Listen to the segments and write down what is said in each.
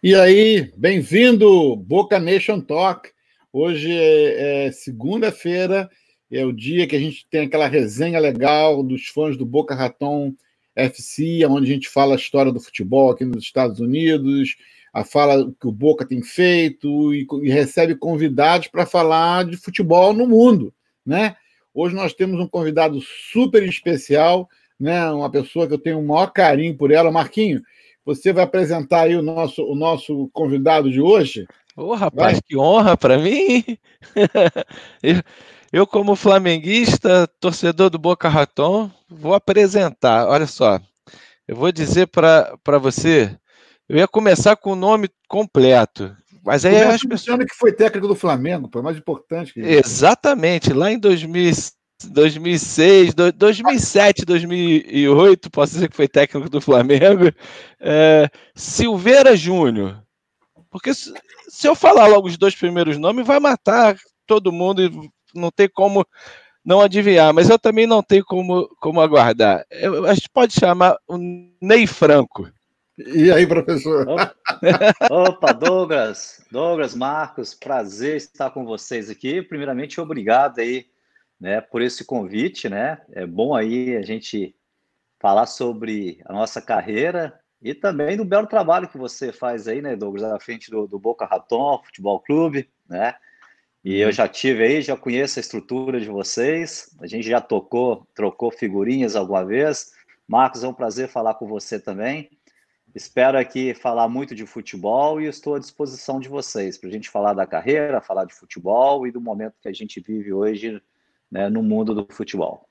E aí, bem-vindo, Boca Nation Talk. Hoje é segunda-feira, é o dia que a gente tem aquela resenha legal dos fãs do Boca Raton FC, onde a gente fala a história do futebol aqui nos Estados Unidos, fala o que o Boca tem feito e recebe convidados para falar de futebol no mundo, né? Hoje nós temos um convidado super especial, né? Uma pessoa que eu tenho o maior carinho por ela, Marquinho. Você vai apresentar aí o nosso convidado de hoje? Ô, rapaz, Vai? que honra para mim! Eu, eu, como flamenguista, torcedor do Boca Raton, vou apresentar. Olha só, eu vou dizer para você, eu ia começar com o nome completo, mas aí Começa as pessoas. dizendo que foi técnico do Flamengo, pô, é mais importante que isso. Exatamente, lá em 2006, 2007, 2008, posso dizer que foi técnico do Flamengo, Silveira Júnior. Porque se eu falar logo os dois primeiros nomes, vai matar todo mundo e não tem como não adivinhar. Mas eu também não tenho como aguardar. A gente pode chamar o Ney Franco. E aí, professor? Opa, Douglas, Marcos, prazer estar com vocês aqui. Primeiramente, obrigado aí, né, por esse convite, né? É bom aí a gente falar sobre a nossa carreira e também do belo trabalho que você faz aí, né, Douglas, à frente do Boca Raton Futebol Clube, né? E eu já tive aí, já conheço a estrutura de vocês. A gente já trocou figurinhas alguma vez. Marcos, é um prazer falar com você também. Espero aqui falar muito de futebol e estou à disposição de vocês para a gente falar da carreira, falar de futebol e do momento que a gente vive hoje, né, no mundo do futebol.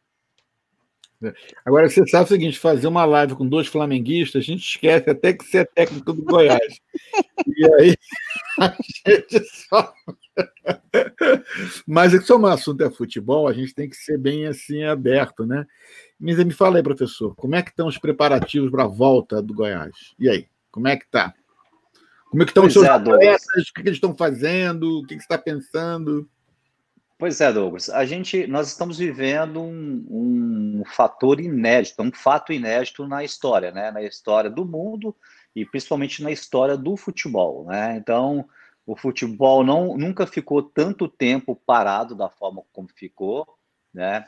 Agora, você sabe o seguinte, fazer uma live com dois flamenguistas, a gente esquece até que você é técnico do Goiás. E aí, a gente só... Mas como o assunto é futebol, a gente tem que ser bem assim aberto, né? Mas me fala aí, professor, como é que estão os preparativos para a volta do Goiás? E aí, como é que está? Como é que estão os Pois seus é, Douglas. atletas? O que eles estão fazendo? O que você está pensando? Pois é, Douglas. Nós estamos vivendo um fator inédito, um fato inédito na história, né? Na história do mundo e principalmente na história do futebol, né? Então, o futebol nunca ficou tanto tempo parado da forma como ficou, né?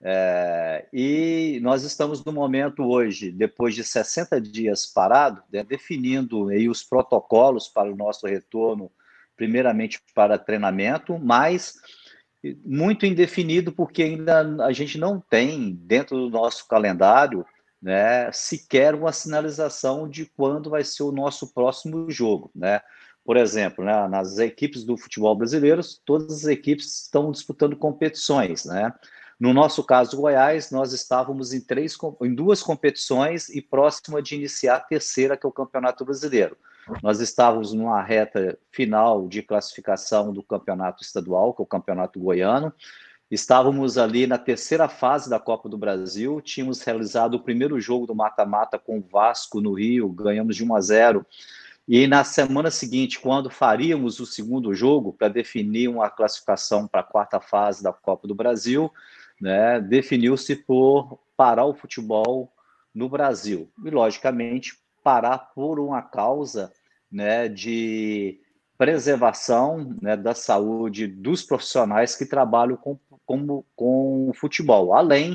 E nós estamos no momento hoje, depois de 60 dias parado, né, definindo aí os protocolos para o nosso retorno, primeiramente para treinamento, mas muito indefinido, porque ainda a gente não tem dentro do nosso calendário, né, sequer uma sinalização de quando vai ser o nosso próximo jogo, né? Por exemplo, né, nas equipes do futebol brasileiro, todas as equipes estão disputando competições, né? No nosso caso, Goiás, nós estávamos em duas competições e próxima de iniciar a terceira, que é o Campeonato Brasileiro. Nós estávamos numa reta final de classificação do campeonato estadual, que é o Campeonato Goiano. Estávamos ali na terceira fase da Copa do Brasil, tínhamos realizado o primeiro jogo do mata-mata com o Vasco no Rio, ganhamos de 1-0. E na semana seguinte, quando faríamos o segundo jogo para definir uma classificação para a quarta fase da Copa do Brasil, né, definiu-se por parar o futebol no Brasil. E, logicamente, parar por uma causa, né, de preservação, né, da saúde dos profissionais que trabalham com o futebol, além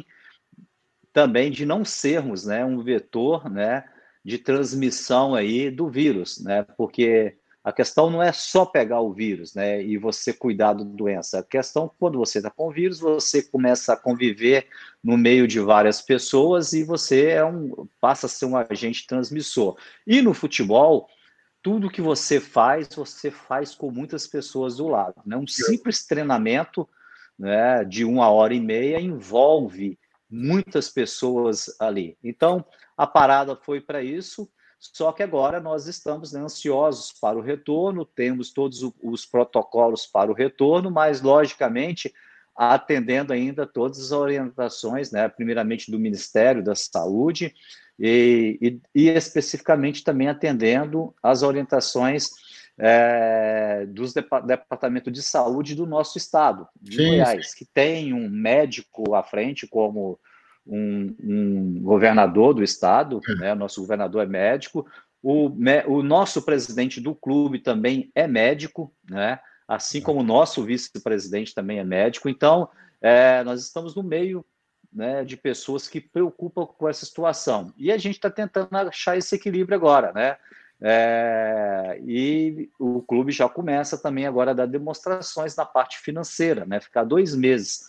também de não sermos, né, um vetor, né, de transmissão aí do vírus, né, porque a questão não é só pegar o vírus, né, e você cuidar da doença. A questão, quando você está com o vírus, você começa a conviver no meio de várias pessoas e você passa a ser um agente transmissor. E no futebol, tudo que você faz com muitas pessoas do lado, né? Um simples treinamento, né, de 1h30 envolve muitas pessoas ali. Então, a parada foi para isso, só que agora nós estamos, né, ansiosos para o retorno, temos todos os protocolos para o retorno, mas, logicamente, atendendo ainda todas as orientações, né, primeiramente do Ministério da Saúde, e especificamente também atendendo as orientações do Departamento de Saúde do nosso estado, de Goiás, que tem um médico à frente como um governador do estado, né? Nosso governador é médico, O nosso presidente do clube também é médico, né? Assim como o nosso vice-presidente também é médico. Então, nós estamos no meio, né, de pessoas que preocupam com essa situação. E a gente está tentando achar esse equilíbrio agora, né? E o clube já começa também agora a dar demonstrações na parte financeira, né? Ficar 2 meses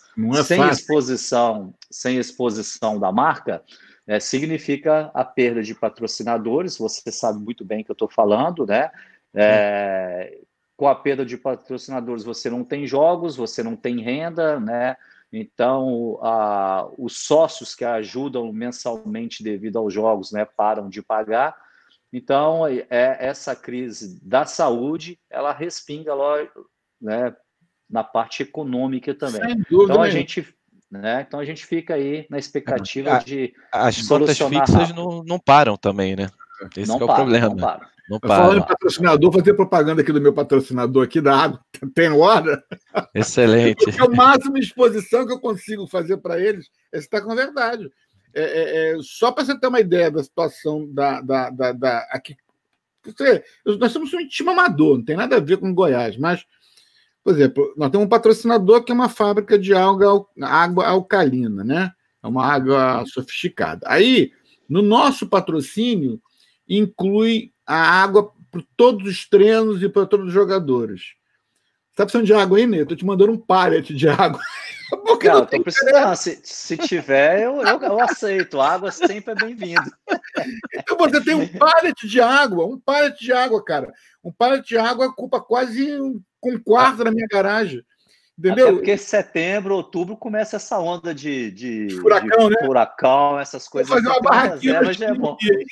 sem exposição da marca significa a perda de patrocinadores. Você sabe muito bem que eu estou falando, né? Com a perda de patrocinadores, você não tem jogos, você não tem renda, né? Então, os sócios que ajudam mensalmente devido aos jogos, né, param de pagar. Então, essa crise da saúde, ela respinga, né, na parte econômica também. Sem dúvida então, a gente fica aí na expectativa de as contas fixas não param também, né? Esse é o problema. Não para. Falando em patrocinador, vou fazer propaganda aqui do meu patrocinador aqui da água. Tem hora? Excelente. Porque o máximo de exposição que eu consigo fazer para eles é estar com a verdade. Só para você ter uma ideia da situação aqui. Nós somos um time amador, não tem nada a ver com Goiás, mas, por exemplo, nós temos um patrocinador que é uma fábrica de água alcalina, né? É uma água sofisticada. Aí, no nosso patrocínio, inclui a água para todos os treinos e para todos os jogadores. Está precisando de água aí, Ney? Estou te mandando um pallet de água. Porque não, estou precisando. Se tiver, eu aceito. A água sempre é bem-vinda. Então você tem um pallet de água, cara. Um pallet de água ocupa quase um quarto da minha garagem. Entendeu? Até porque setembro, outubro começa essa onda de furacão, né? Furacão, essas coisas. Vou fazer uma barraquinha, já é bom.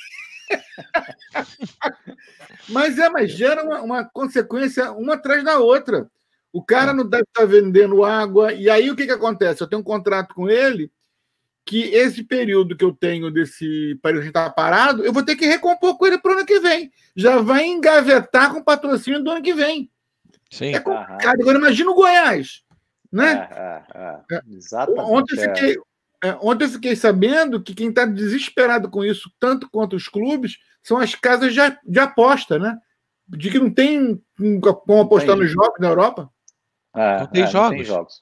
Mas gera uma consequência uma atrás da outra. O cara não deve estar vendendo água. E aí o que acontece? Eu tenho um contrato com ele que esse período que eu tenho desse período que está parado, eu vou ter que recompor com ele para o ano que vem. Já vai engavetar com o patrocínio do ano que vem. Sim. É complicado. Agora imagina o Goiás, né? Exatamente. Ontem eu fiquei sabendo que quem está desesperado com isso, tanto quanto os clubes, são as casas de aposta, né? De que não tem como apostar nos jogos na Europa. Não tem jogos. Não tem jogos.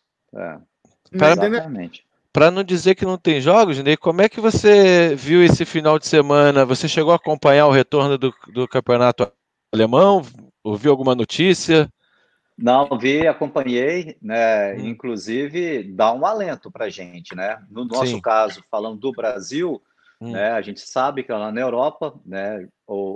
Exatamente. Para não dizer que não tem jogos, Ney, como é que você viu esse final de semana? Você chegou a acompanhar o retorno do campeonato alemão? Ouviu alguma notícia? Não, acompanhei, né? Inclusive, dá um alento para a gente, né? No nosso caso, falando do Brasil, né? A gente sabe que lá na Europa, né?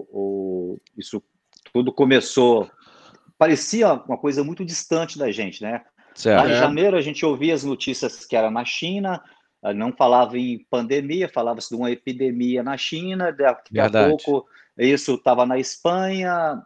Isso tudo começou, parecia uma coisa muito distante da gente, né? Certo. Lá em janeiro a gente ouvia as notícias que era na China, não falava em pandemia, falava-se de uma epidemia na China, daqui a pouco isso estava na Espanha,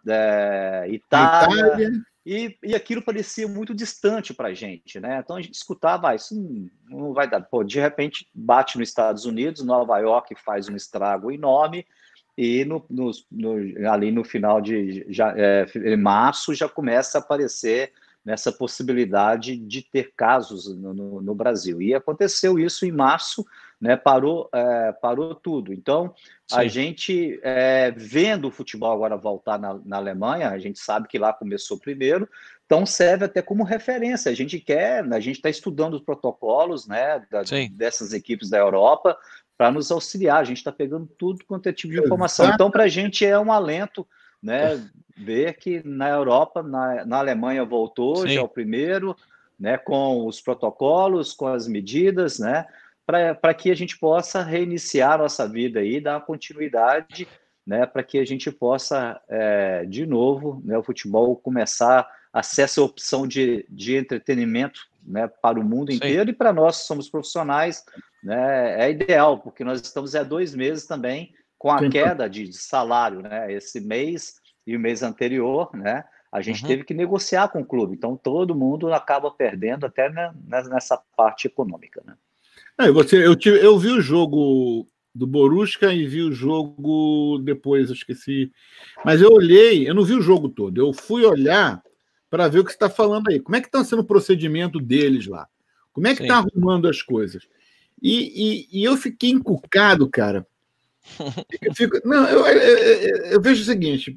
Itália. E aquilo parecia muito distante para a gente, né? Então a gente escutava, isso não vai dar. Pô, de repente bate nos Estados Unidos, Nova York faz um estrago enorme, e ali no final de março já começa a aparecer nessa possibilidade de ter casos no Brasil. E aconteceu isso em março, né? Parou tudo. Então, a gente, vendo o futebol agora voltar na Alemanha, a gente sabe que lá começou primeiro, então serve até como referência. A gente está estudando os protocolos, né, dessas equipes da Europa para nos auxiliar. A gente está pegando tudo quanto é tipo de informação. Então, para a gente é um alento, né, ver que na Europa, na Alemanha voltou, já é o primeiro, né, com os protocolos, com as medidas, né, para que a gente possa reiniciar a nossa vida aí, dar uma continuidade, né, para que a gente possa, de novo, né, o futebol começar a ser essa opção de entretenimento, né, para o mundo inteiro, e para nós que somos profissionais, né, é ideal, porque nós estamos há 2 meses também com a queda de salário, né, esse mês e o mês anterior, né, a gente teve que negociar com o clube, então todo mundo acaba perdendo até nessa parte econômica, né. Eu vi o jogo do Borussia e vi o jogo depois, eu esqueci. Mas eu olhei, eu não vi o jogo todo. Eu fui olhar para ver o que você está falando aí. Como é que está sendo o procedimento deles lá? Como é que está arrumando as coisas? E eu fiquei encucado, cara, Eu vejo o seguinte,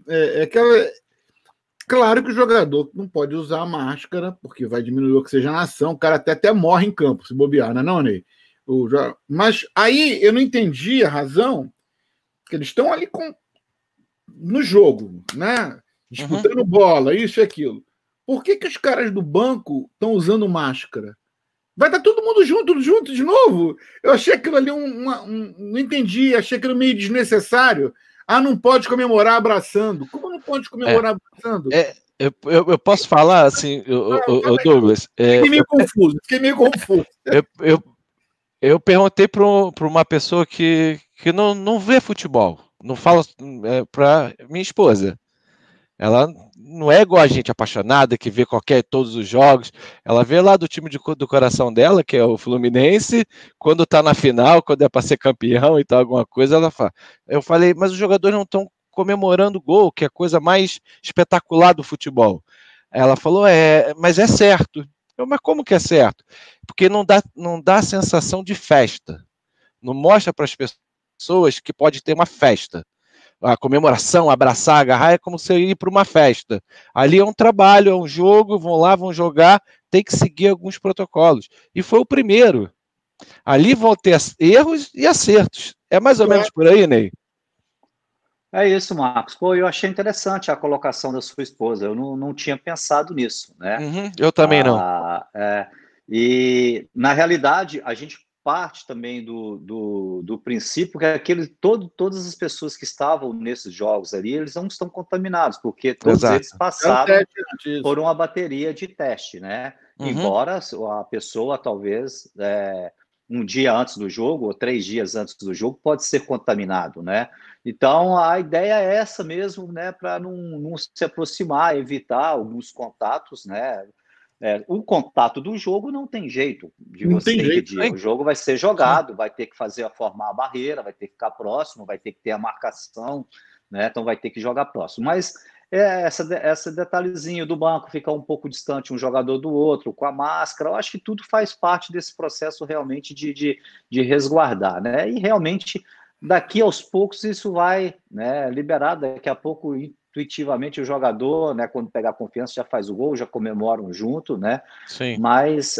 claro que o jogador não pode usar máscara, porque vai diminuir a oxigenação, o cara até morre em campo, se bobear, não, Ney? Mas aí eu não entendi a razão, que eles estão ali no jogo, né? Disputando bola, isso e aquilo. Por que os caras do banco estão usando máscara? Vai estar todo mundo junto de novo? Eu achei aquilo ali não entendi, achei aquilo meio desnecessário. Não pode comemorar abraçando. Como não pode comemorar abraçando? Eu posso falar assim, Douglas? Fiquei meio confuso. Eu perguntei para uma pessoa que não vê futebol, não fala para minha esposa. Ela não é igual a gente, apaixonada, que vê todos os jogos. Ela vê lá do time do coração dela, que é o Fluminense, quando está na final, quando é para ser campeão e tal, alguma coisa, ela fala. Eu falei, mas os jogadores não estão comemorando o gol, que é a coisa mais espetacular do futebol. Ela falou, mas é certo. Mas como que é certo? Porque não dá a sensação de festa. Não mostra para as pessoas que pode ter uma festa. A comemoração, abraçar, agarrar, é como você ir para uma festa. Ali é um trabalho, é um jogo, vão lá, vão jogar, tem que seguir alguns protocolos. E foi o primeiro. Ali vão ter erros e acertos. É mais ou menos por aí, Ney? É isso, Marcos. Eu achei interessante a colocação da sua esposa. Eu não tinha pensado nisso, né? Eu também não. E, na realidade, a gente parte também do princípio que todas as pessoas que estavam nesses jogos ali, eles não estão contaminados, porque todos eles passaram por uma bateria de teste, né? Embora a pessoa, talvez, um dia antes do jogo, ou 3 dias antes do jogo, pode ser contaminado, né? Então, a ideia é essa mesmo, né? Para não se aproximar, evitar alguns contatos, né? O contato do jogo não tem jeito de você impedir. O jogo vai ser jogado, vai ter que formar a barreira, vai ter que ficar próximo, vai ter que ter a marcação, né? Então vai ter que jogar próximo. Mas esse detalhezinho do banco ficar um pouco distante um jogador do outro, com a máscara, eu acho que tudo faz parte desse processo realmente de resguardar, né? E realmente, daqui aos poucos, isso vai, né, liberar. Daqui a pouco, intuitivamente, o jogador, né, quando pegar confiança, já faz o gol, já comemoram junto, né? Sim. Mas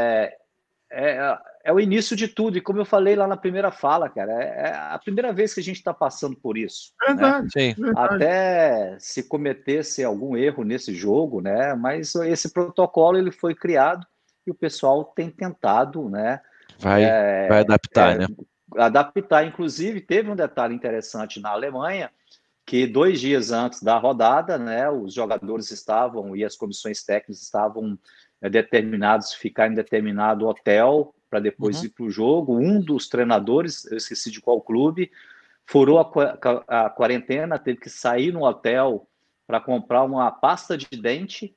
é o início de tudo, e como eu falei lá na primeira fala, cara, é a primeira vez que a gente está passando por isso. Verdade, né? Sim. Até se cometesse algum erro nesse jogo, né? Mas esse protocolo ele foi criado e o pessoal tem tentado, né? Vai adaptar, né? Adaptar. Inclusive, teve um detalhe interessante na Alemanha, que 2 dias antes da rodada, né, os jogadores estavam e as comissões técnicas estavam determinados a ficar em determinado hotel para depois ir para o jogo. Um dos treinadores, eu esqueci de qual clube, furou a quarentena, teve que sair no hotel para comprar uma pasta de dente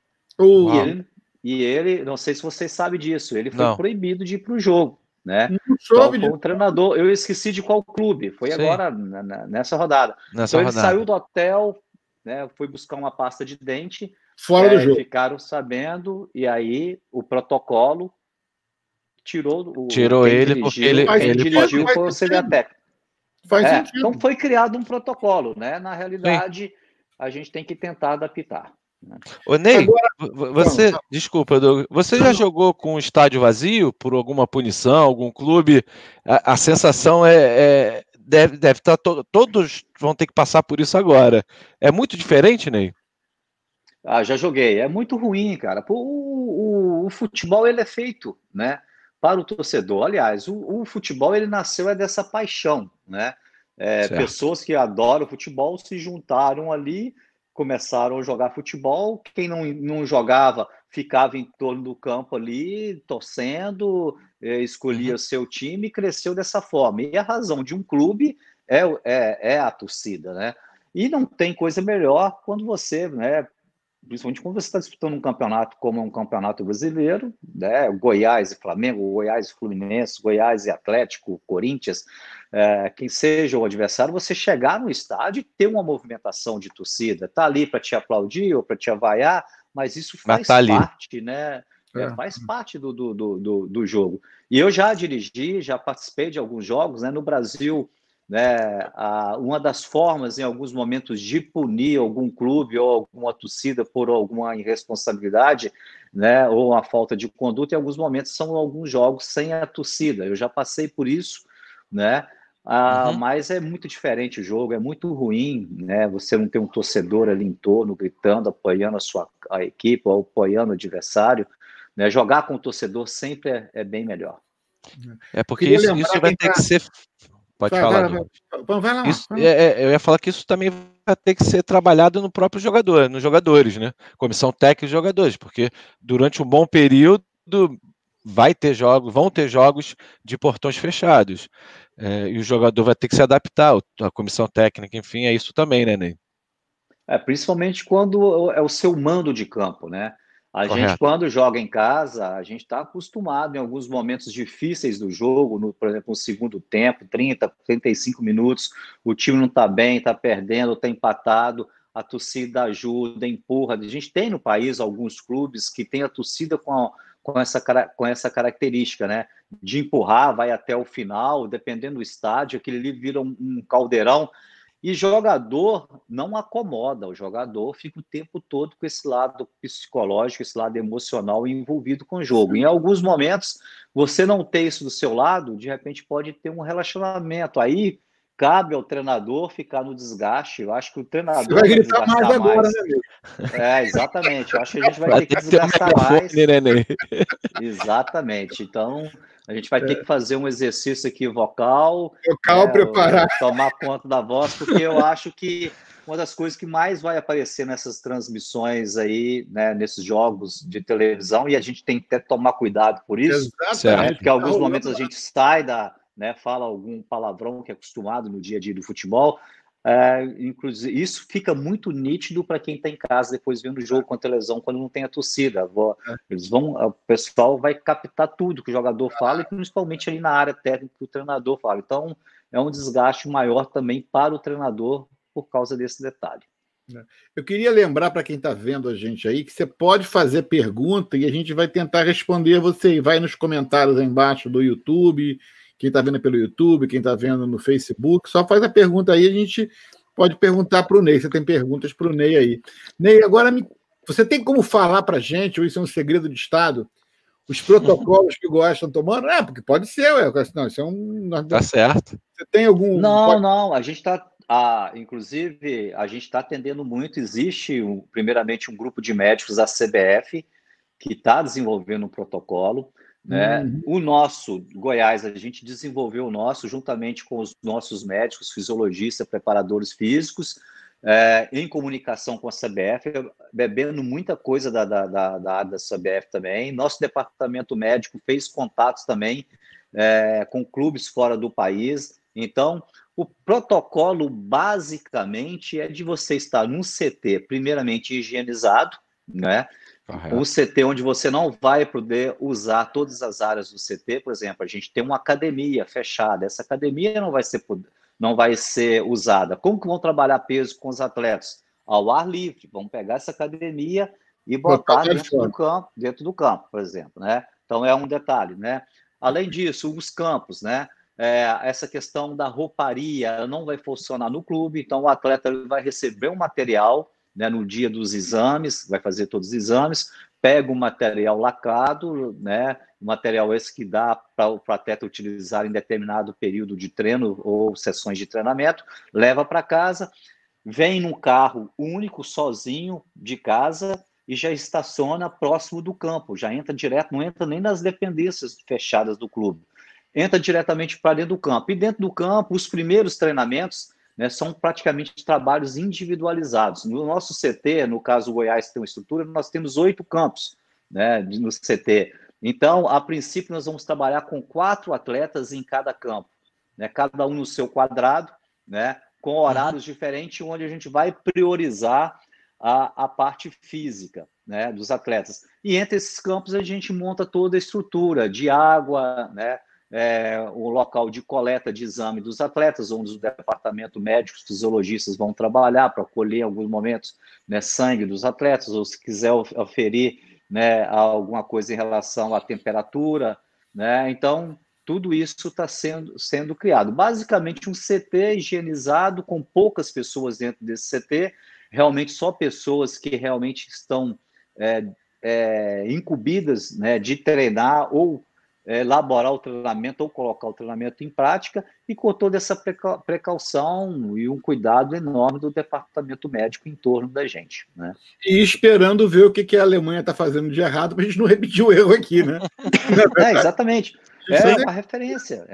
e ele, não sei se vocês sabem disso, ele foi proibido de ir para o jogo. Né? Então, foi um treinador, eu esqueci de qual clube, foi agora nessa rodada. Ele saiu do hotel, né, foi buscar uma pasta de dente, fora do jogo. Ficaram sabendo, e aí o protocolo tirou ele porque ele dirigiu foi o auxiliar técnico. Faz sentido. Então foi criado um protocolo, né? Na realidade, a gente tem que tentar adaptar. Ô, Ney, desculpa, Douglas, você já jogou com o estádio vazio por alguma punição, algum clube? A sensação deve estar, todos vão ter que passar por isso agora. É muito diferente, Ney? Já joguei. É muito ruim, cara. O futebol ele é feito, né, para o torcedor. Aliás, o futebol ele nasceu dessa paixão, né? Pessoas que adoram futebol se juntaram ali, começaram a jogar futebol. Quem não jogava ficava em torno do campo ali, torcendo, escolhia o seu time e cresceu dessa forma. E a razão de um clube é a torcida, né? E não tem coisa melhor quando você, né, principalmente quando você está disputando um campeonato como um campeonato brasileiro, né, Goiás e Flamengo, Goiás e Fluminense, Goiás e Atlético, Corinthians, quem seja o adversário, você chegar no estádio e ter uma movimentação de torcida, tá ali para te aplaudir ou para te avaiar, mas isso faz parte, né? Faz parte do jogo. E eu já dirigi, já participei de alguns jogos, né? No Brasil, né, uma das formas, em alguns momentos, de punir algum clube ou alguma torcida por alguma irresponsabilidade, né, ou uma falta de conduta, em alguns momentos são alguns jogos sem a torcida. Eu já passei por isso, né? Mas é muito diferente o jogo, é muito ruim, né? Você não tem um torcedor ali em torno, gritando, apoiando a equipe ou apoiando o adversário, né? Jogar com o torcedor sempre é bem melhor. Porque isso vai ter que ser... Pode falar, Douglas. Vai lá. Isso, eu ia falar que isso também vai ter que ser trabalhado no próprio jogador, nos jogadores, né? Comissão técnica e jogadores, porque durante um bom período vão ter jogos de portões fechados. E o jogador vai ter que se adaptar, a comissão técnica, enfim, é isso também, né, Ney? Principalmente quando é o seu mando de campo, né? A gente, quando joga em casa, a gente está acostumado em alguns momentos difíceis do jogo, por exemplo, no segundo tempo, 30, 35 minutos, o time não está bem, está perdendo, está empatado, a torcida ajuda, empurra. A gente tem no país alguns clubes que tem a torcida com essa característica, né? De empurrar, vai até o final, dependendo do estádio, aquele ali vira um caldeirão. E jogador não acomoda, o jogador fica o tempo todo com esse lado psicológico, esse lado emocional envolvido com o jogo. Em alguns momentos, você não ter isso do seu lado, de repente pode ter um relacionamento. Aí cabe ao treinador ficar no desgaste. Eu acho que o treinador vai desgastar mais. Agora, né, exatamente. Eu acho que a gente vai ter que desgastar mais. Né, Ney? Exatamente. Então, a gente vai ter que fazer um exercício aqui vocal, preparar, tomar conta da voz, porque eu acho que uma das coisas que mais vai aparecer nessas transmissões aí, né, nesses jogos de televisão, e a gente tem que até tomar cuidado por isso, né, porque em alguns momentos a gente sai fala algum palavrão que é acostumado no dia a dia do futebol. Inclusive, isso fica muito nítido para quem está em casa depois vendo o jogo com a televisão quando não tem a torcida. O pessoal vai captar tudo que o jogador fala e principalmente ali na área técnica que o treinador fala. Então, é um desgaste maior também para o treinador por causa desse detalhe. Eu queria lembrar para quem está vendo a gente aí que você pode fazer pergunta e a gente vai tentar responder você. Vai nos comentários aí embaixo do YouTube. Quem está vendo pelo YouTube, quem está vendo no Facebook, só faz a pergunta aí, a gente pode perguntar para o Ney. Você tem perguntas para o Ney aí. Ney, agora você tem como falar para a gente, ou isso é um segredo de Estado, os protocolos que o Goiás estão tomando? Porque pode ser, não, isso é um... Tá certo. Você tem algum... Não, a gente está... inclusive, a gente está atendendo muito, existe primeiramente um grupo de médicos da CBF que está desenvolvendo um protocolo, né? O nosso, Goiás, a gente desenvolveu o nosso juntamente com os nossos médicos, fisiologistas, preparadores físicos, em comunicação com a CBF, bebendo muita coisa da área da CBF também. Nosso departamento médico fez contatos também com clubes fora do país. Então, o protocolo basicamente é de você estar num CT primeiramente higienizado, né? O CT onde você não vai poder usar todas as áreas do CT, por exemplo, a gente tem uma academia fechada, essa academia não vai ser usada. Como que vão trabalhar peso com os atletas? Ao ar livre, vão pegar essa academia e botar dentro do campo, por exemplo, né? Então é um detalhe, né? Além disso, os campos, né? Essa questão da rouparia não vai funcionar no clube, então o atleta vai receber um material, né, no dia dos exames, vai fazer todos os exames, pega o material lacrado, né, material esse que dá para o atleta utilizar em determinado período de treino ou sessões de treinamento, leva para casa, vem num carro único, sozinho, de casa, e já estaciona próximo do campo, já entra direto, não entra nem nas dependências fechadas do clube, entra diretamente para dentro do campo. E dentro do campo, os primeiros treinamentos, né, são praticamente trabalhos individualizados. No nosso CT, no caso o Goiás tem uma estrutura, nós temos 8 campos, né, no CT. Então, a princípio, nós vamos trabalhar com 4 atletas em cada campo, né, cada um no seu quadrado, né, com horários diferentes, onde a gente vai priorizar a parte física, né, dos atletas. E entre esses campos a gente monta toda a estrutura de água, né, o local de coleta de exame dos atletas, onde o departamento médico, os fisiologistas vão trabalhar para colher em alguns momentos, né, sangue dos atletas, ou se quiser aferir, né, alguma coisa em relação à temperatura, né? Então, tudo isso está sendo criado. Basicamente, um CT higienizado, com poucas pessoas dentro desse CT, realmente só pessoas que realmente estão incumbidas, né, de treinar ou elaborar o treinamento ou colocar o treinamento em prática, e com toda essa precaução e um cuidado enorme do departamento médico em torno da gente, né? E esperando ver o que a Alemanha está fazendo de errado para a gente não repetir o erro aqui, né? Exatamente. É uma referência.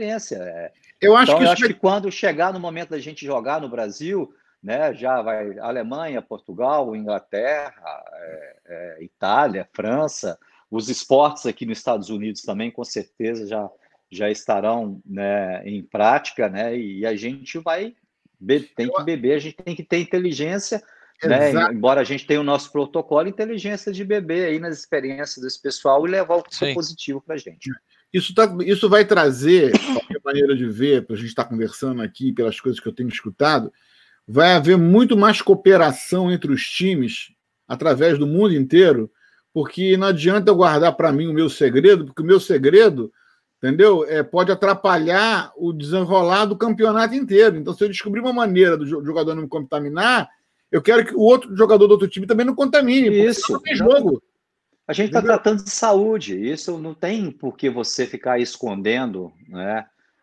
Eu acho então, que quando chegar no momento da gente jogar no Brasil, né, já vai Alemanha, Portugal, Inglaterra, Itália, França, os esportes aqui nos Estados Unidos também, com certeza, já estarão, né, em prática, né, e a gente tem que beber, a gente tem que ter inteligência, né, embora a gente tenha o nosso protocolo, inteligência de beber aí nas experiências desse pessoal e levar o que for positivo para a gente. Isso vai trazer, a minha maneira de ver, para a gente estar conversando aqui, pelas coisas que eu tenho escutado, vai haver muito mais cooperação entre os times, através do mundo inteiro, porque não adianta eu guardar para mim o meu segredo, porque o meu segredo, entendeu? Pode atrapalhar o desenrolar do campeonato inteiro. Então, se eu descobrir uma maneira do jogador não me contaminar, eu quero que o outro jogador do outro time também não contamine, porque isso não tem jogo. A gente está tratando de saúde, isso não tem por que você ficar escondendo, né,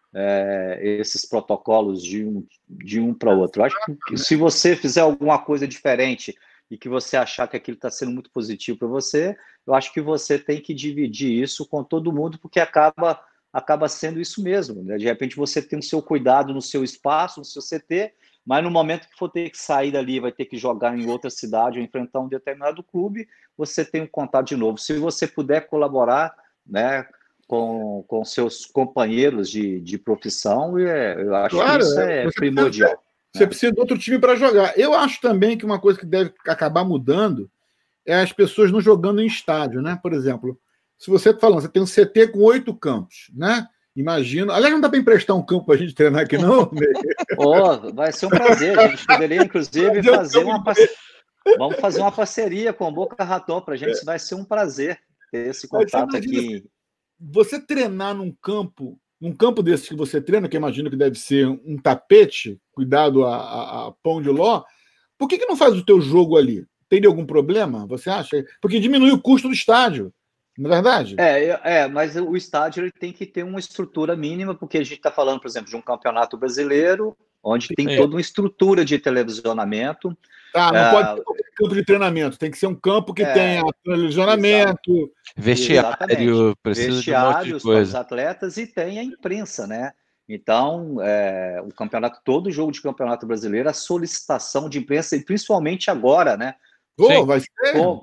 esses protocolos de um para o outro. Eu acho que se você fizer alguma coisa diferente e que você achar que aquilo está sendo muito positivo para você, eu acho que você tem que dividir isso com todo mundo, porque acaba sendo isso mesmo, né? De repente você tem o seu cuidado no seu espaço, no seu CT, mas no momento que for ter que sair dali, vai ter que jogar em outra cidade ou enfrentar um determinado clube, você tem um contato de novo. Se você puder colaborar, né, com seus companheiros de profissão, eu acho que isso é primordial. Você precisa de outro time para jogar. Eu acho também que uma coisa que deve acabar mudando é as pessoas não jogando em estádio, né? Por exemplo, se você está falando, você tem um CT com 8 campos, né? Imagino. Aliás, não dá para emprestar um campo para a gente treinar aqui, não? Vai ser um prazer. A gente poderia, inclusive, vamos fazer uma parceria com o Boca Raton para a gente. Vai ser um prazer ter esse contato aqui. Você treinar num campo desse que você treina, que eu imagino que deve ser um tapete, cuidado a pão de ló, por que não faz o teu jogo ali? Tem algum problema, você acha? Porque diminui o custo do estádio, não é verdade? Mas o estádio ele tem que ter uma estrutura mínima, porque a gente está falando, por exemplo, de um campeonato brasileiro, onde tem toda uma estrutura de televisionamento. Não pode ter um campo de treinamento, tem que ser um campo que tenha televisionamento, vestiário, precisa de um monte de coisa. Para os atletas, e tem a imprensa, né? Então, o campeonato, todo jogo de campeonato brasileiro, a solicitação de imprensa, e principalmente agora, né? Vai ser?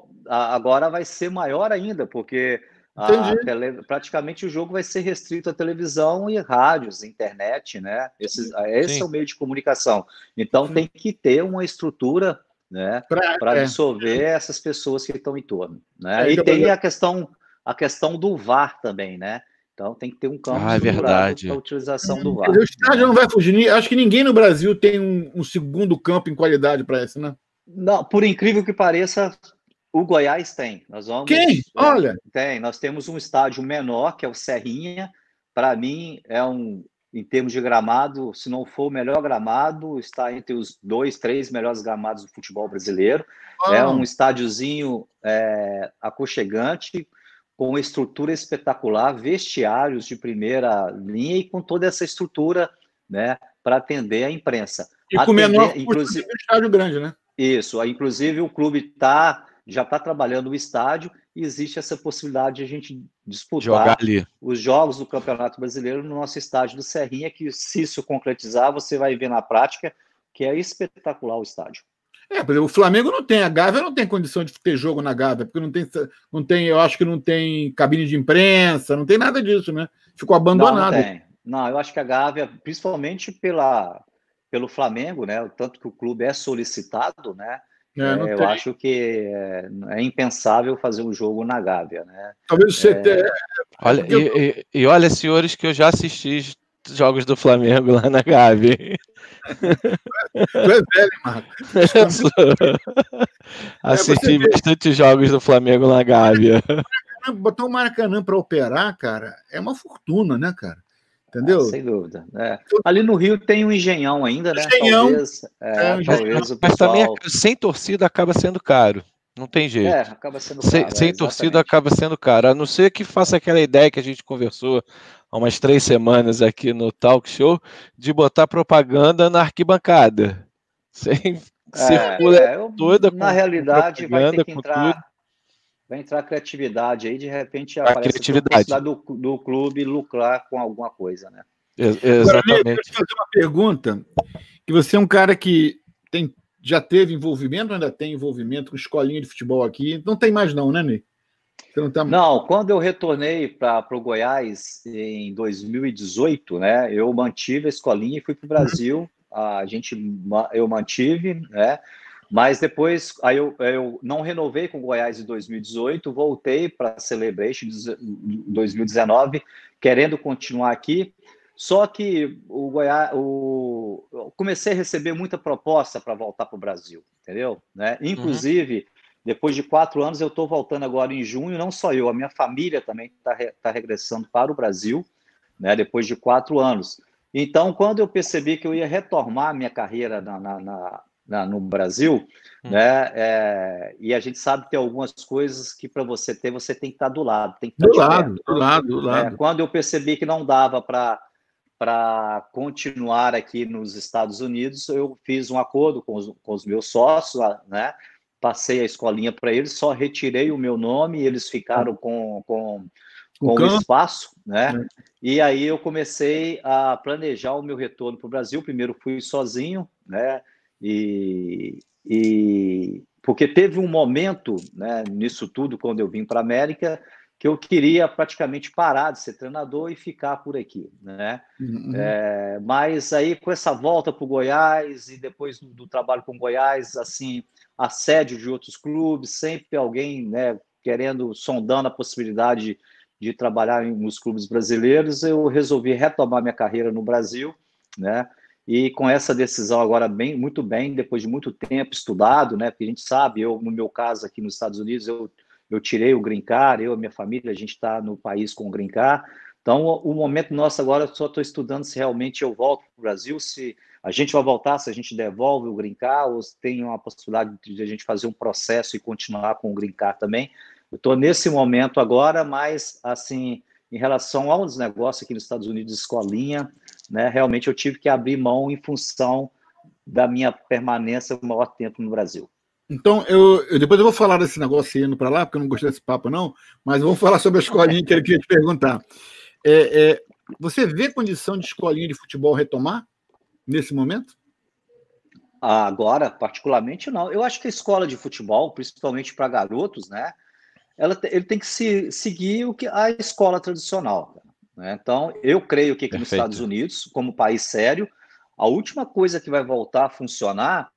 Agora vai ser maior ainda, porque praticamente o jogo vai ser restrito à televisão e rádios, internet, né? Esse é o meio de comunicação. Então tem que ter uma estrutura, né, para absorver essas pessoas que estão em torno, né? E tem a questão do VAR também, né? Então tem que ter um campo estruturado para a utilização do VAR. O estádio não vai fugir. Acho que ninguém no Brasil tem um segundo campo em qualidade para essa, né? Não, por incrível que pareça, o Goiás tem. Quem? Olha! Tem. Nós temos um estádio menor, que é o Serrinha. Para mim, em termos de gramado, se não for o melhor gramado, está entre os 2, 3 melhores gramados do futebol brasileiro. É um estádiozinho aconchegante, com estrutura espetacular, vestiários de primeira linha e com toda essa estrutura, né, para atender a imprensa. E com o menor custo do estádio grande, né? Isso. Inclusive, o clube já está trabalhando o estádio e existe essa possibilidade de a gente disputar os jogos do Campeonato Brasileiro no nosso estádio do Serrinha, que se isso concretizar, você vai ver na prática que é espetacular o estádio. Por exemplo, o Flamengo não tem, a Gávea não tem condição de ter jogo na Gávea, porque não tem, eu acho que não tem cabine de imprensa, não tem nada disso, né? Ficou abandonado. Não tem. Não, eu acho que a Gávea, principalmente pelo Flamengo, né? O tanto que o clube é solicitado, né? Eu acho que é impensável fazer um jogo na Gávea, né? Talvez o CT. Olha, e olha, senhores, que eu já assisti jogos do Flamengo lá na Gávea. Tu é velho, Marco. Assisti bastante jogos do Flamengo na Gávea. botar o Maracanã para operar, cara, é uma fortuna, né, cara? Entendeu? Sem dúvida. Ali no Rio tem um Engenhão ainda, né? Engenhão. Talvez o Mas também pessoal... sem torcida acaba sendo caro. Não tem jeito. Acaba sendo caro. Sem torcida acaba sendo caro. A não ser que faça aquela ideia que a gente conversou há umas 3 semanas aqui no Talk Show, de botar propaganda na arquibancada. Sem circula toda com na realidade, vai ter que entrar... tudo. Vai entrar criatividade aí, de repente aparece a possibilidade do clube lucrar com alguma coisa, né? Exatamente. Agora, eu quero te fazer uma pergunta, que você é um cara que já teve envolvimento, ainda tem envolvimento com escolinha de futebol aqui, não tem mais não, né, Ney? Não, quando eu retornei para o Goiás em 2018, né, eu mantive a escolinha e fui para o Brasil, eu mantive, né? Mas depois, aí eu não renovei com o Goiás em 2018, voltei para a Celebration em 2019, querendo continuar aqui, só que eu comecei a receber muita proposta para voltar para o Brasil, entendeu? Né? Inclusive, depois de 4 anos, eu estou voltando agora em junho, não só eu, a minha família também está regressando para o Brasil, né? Depois de 4 anos. Então, quando eu percebi que eu ia retomar a minha carreira no Brasil, né? E a gente sabe que tem algumas coisas que para você ter, você tem que estar do lado, tem que estar do lado. Quando eu percebi que não dava para continuar aqui nos Estados Unidos, eu fiz um acordo com os meus sócios, né? Passei a escolinha para eles, só retirei o meu nome e eles ficaram com o espaço, né? E aí eu comecei a planejar o meu retorno para o Brasil. Primeiro fui sozinho, né? Porque teve um momento, né, nisso tudo, quando eu vim para a América, que eu queria praticamente parar de ser treinador e ficar por aqui, né? Mas aí com essa volta para o Goiás e depois do trabalho com o Goiás, assim, assédio de outros clubes, sempre alguém, né, sondando a possibilidade de trabalhar nos clubes brasileiros, eu resolvi retomar minha carreira no Brasil, né? E com essa decisão agora muito bem, depois de muito tempo estudado, né? Porque a gente sabe, no meu caso aqui nos Estados Unidos, eu tirei o Green Card, eu e minha família, a gente está no país com o Green Card. Então, o momento nosso agora, eu só estou estudando se realmente eu volto para o Brasil, se a gente vai voltar, se a gente devolve o Green Card, ou se tem uma possibilidade de a gente fazer um processo e continuar com o Green Card também. Eu estou nesse momento agora, mas, assim, em relação aos negócios aqui nos Estados Unidos, escolinha, né, realmente eu tive que abrir mão em função da minha permanência o maior tempo no Brasil. Então, depois eu vou falar desse negócio indo para lá, porque eu não gostei desse papo, não, mas vamos falar sobre a escolinha que eu queria te perguntar. Você vê condição de escolinha de futebol retomar nesse momento? Agora, particularmente, não. Eu acho que a escola de futebol, principalmente para garotos, né, ele tem que seguir a escola tradicional. Né? Então, eu creio que aqui nos Estados Unidos, como país sério, a última coisa que vai voltar a funcionar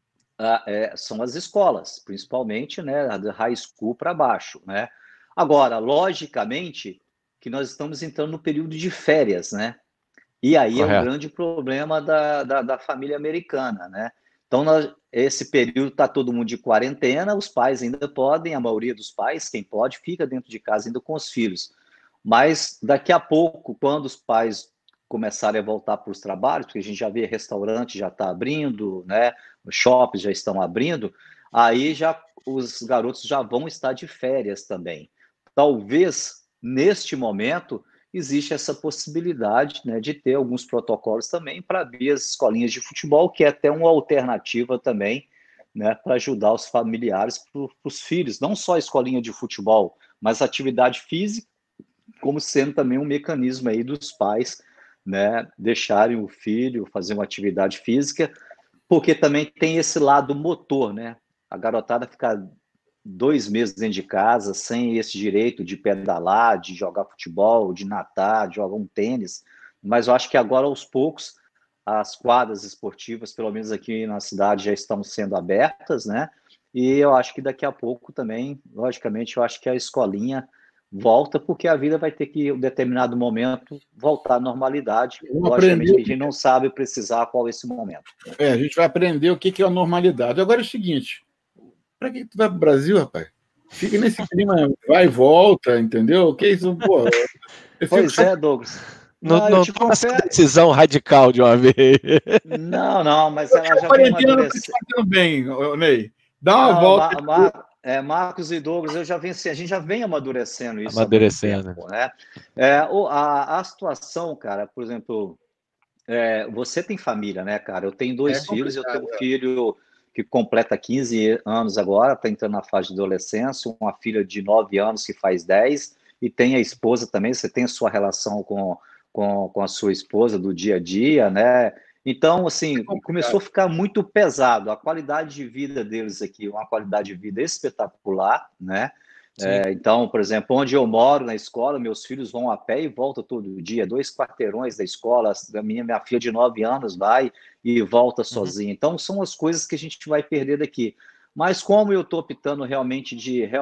são as escolas, principalmente, né, da high school para baixo. Né? Agora, logicamente, que nós estamos entrando no período de férias, né? E aí é o grande problema da família americana, né? Então, esse período está todo mundo de quarentena, os pais ainda podem, a maioria dos pais, quem pode, fica dentro de casa ainda com os filhos. Mas daqui a pouco, quando os pais começarem a voltar para os trabalhos, porque a gente já vê restaurante já está abrindo, né? Os shoppings já estão abrindo, aí os garotos já vão estar de férias também. Talvez, neste momento, existe essa possibilidade, né, de ter alguns protocolos também para abrir as escolinhas de futebol, que é até uma alternativa também, né, para ajudar os familiares, para os filhos, não só a escolinha de futebol, mas a atividade física, como sendo também um mecanismo aí dos pais, né, deixarem o filho fazer uma atividade física, porque também tem esse lado motor, né? A garotada fica 2 meses dentro de casa, sem esse direito de pedalar, de jogar futebol, de nadar, de jogar um tênis. Mas eu acho que agora, aos poucos, as quadras esportivas, pelo menos aqui na cidade, já estão sendo abertas, né? E eu acho que daqui a pouco também, logicamente, eu acho que a escolinha volta, porque a vida vai ter que, em um determinado momento, voltar à normalidade. Logicamente que a gente não sabe precisar qual é esse momento. A gente vai aprender o que é a normalidade. Agora é o seguinte, para que tu vai para o Brasil, rapaz? fica nesse clima, vai e volta, entendeu? Que isso, pô. Pois é, Douglas. Não toma essa decisão radical de uma vez. Não, mas ela já vem Quarentena não amadurecendo. tá fazendo bem, Ney. Dá uma volta. Marcos e Douglas, a gente já vem amadurecendo isso Amadurecendo. há muito tempo, né? A situação, cara, por exemplo, você tem família, né, cara? Eu tenho 2 filhos, eu tenho um filho que completa 15 anos agora, está entrando na fase de adolescência, uma filha de 9 anos que faz 10, e tem a esposa também. Você tem a sua relação com a sua esposa do dia a dia, né? Então, assim, começou a ficar muito pesado. A qualidade de vida deles aqui, uma qualidade de vida espetacular, né? Então, por exemplo, onde eu moro, na escola, meus filhos vão a pé e voltam todo dia, 2 quarteirões da escola. Minha filha de 9 anos vai e volta sozinha. Então, são as coisas que a gente vai perder daqui. Mas como eu estou optando realmente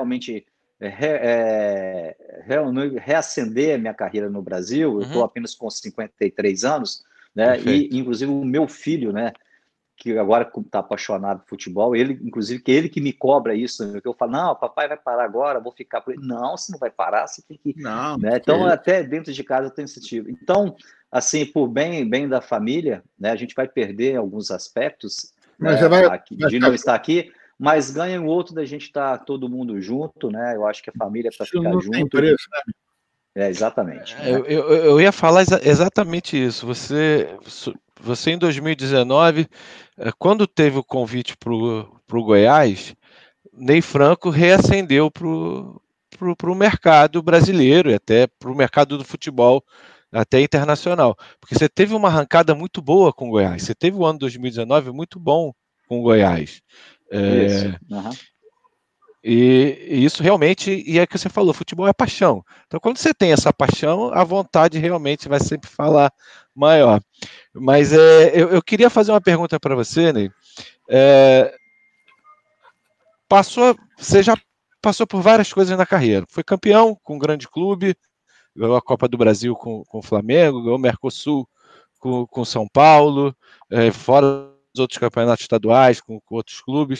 reacender a minha carreira no Brasil, eu estou apenas com 53 anos, né? Perfeito. E, inclusive, o meu filho, né, que agora está apaixonado por futebol, inclusive, que me cobra isso, né? Que eu falo, não, papai vai parar agora, vou ficar por ele. Não, você não vai parar, você tem que... Não, né? Então, até dentro de casa eu tenho esse tipo. Então, assim, por bem da família, né, a gente vai perder alguns aspectos, mas né, vai de não estar aqui, mas ganha o outro da gente estar todo mundo junto, né? Eu acho que a família é para ficar não junto. Tem preço, né? Exatamente. Né? Eu ia falar exatamente isso. Você em 2019, quando teve o convite para o Goiás, Ney Franco reacendeu para o mercado brasileiro e até para o mercado do futebol, até internacional. Porque você teve uma arrancada muito boa com o Goiás. Você teve o ano 2019 muito bom com o Goiás. Isso. E isso realmente, e é o que você falou, futebol é paixão. Então, quando você tem essa paixão, a vontade realmente vai sempre falar maior. Mas eu queria fazer uma pergunta para você, Ney. Você já passou por várias coisas na carreira. Foi campeão com um grande clube, ganhou a Copa do Brasil com o Flamengo, ganhou o Mercosul com São Paulo, fora os outros campeonatos estaduais com outros clubes.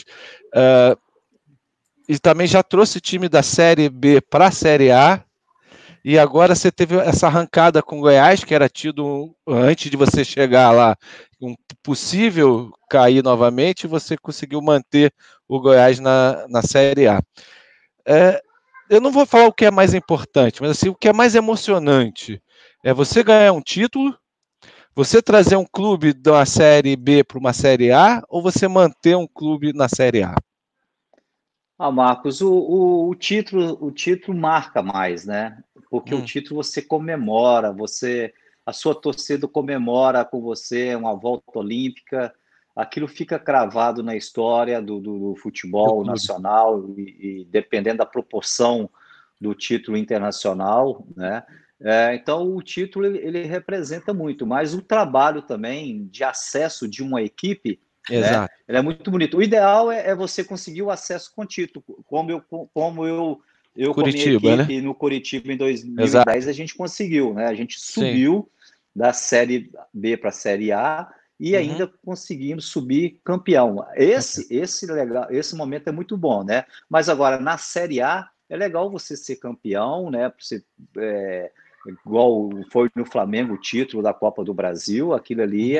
E também já trouxe time da Série B para a Série A, e agora você teve essa arrancada com o Goiás, que era tido, antes de você chegar lá, um possível cair novamente, e você conseguiu manter o Goiás na Série A. Eu não vou falar o que é mais importante, mas assim, o que é mais emocionante é você ganhar um título, você trazer um clube da Série B para uma Série A, ou você manter um clube na Série A? Marcos, o título marca mais, né? Porque o título você comemora, a sua torcida comemora com você uma volta olímpica, aquilo fica cravado na história do futebol nacional e dependendo da proporção do título internacional, né? Então o título ele representa muito, mas o trabalho também de acesso de uma equipe, né? Ele é muito bonito. O ideal é você conseguir o acesso com título, como eu com a minha equipe, né? No Coritiba em 2010 a gente conseguiu, né? A gente subiu da Série B para a Série A e ainda conseguimos subir campeão. Esse momento é muito bom, né? Mas agora na Série A é legal você ser campeão, né? Você, igual foi no Flamengo o título da Copa do Brasil, aquilo ali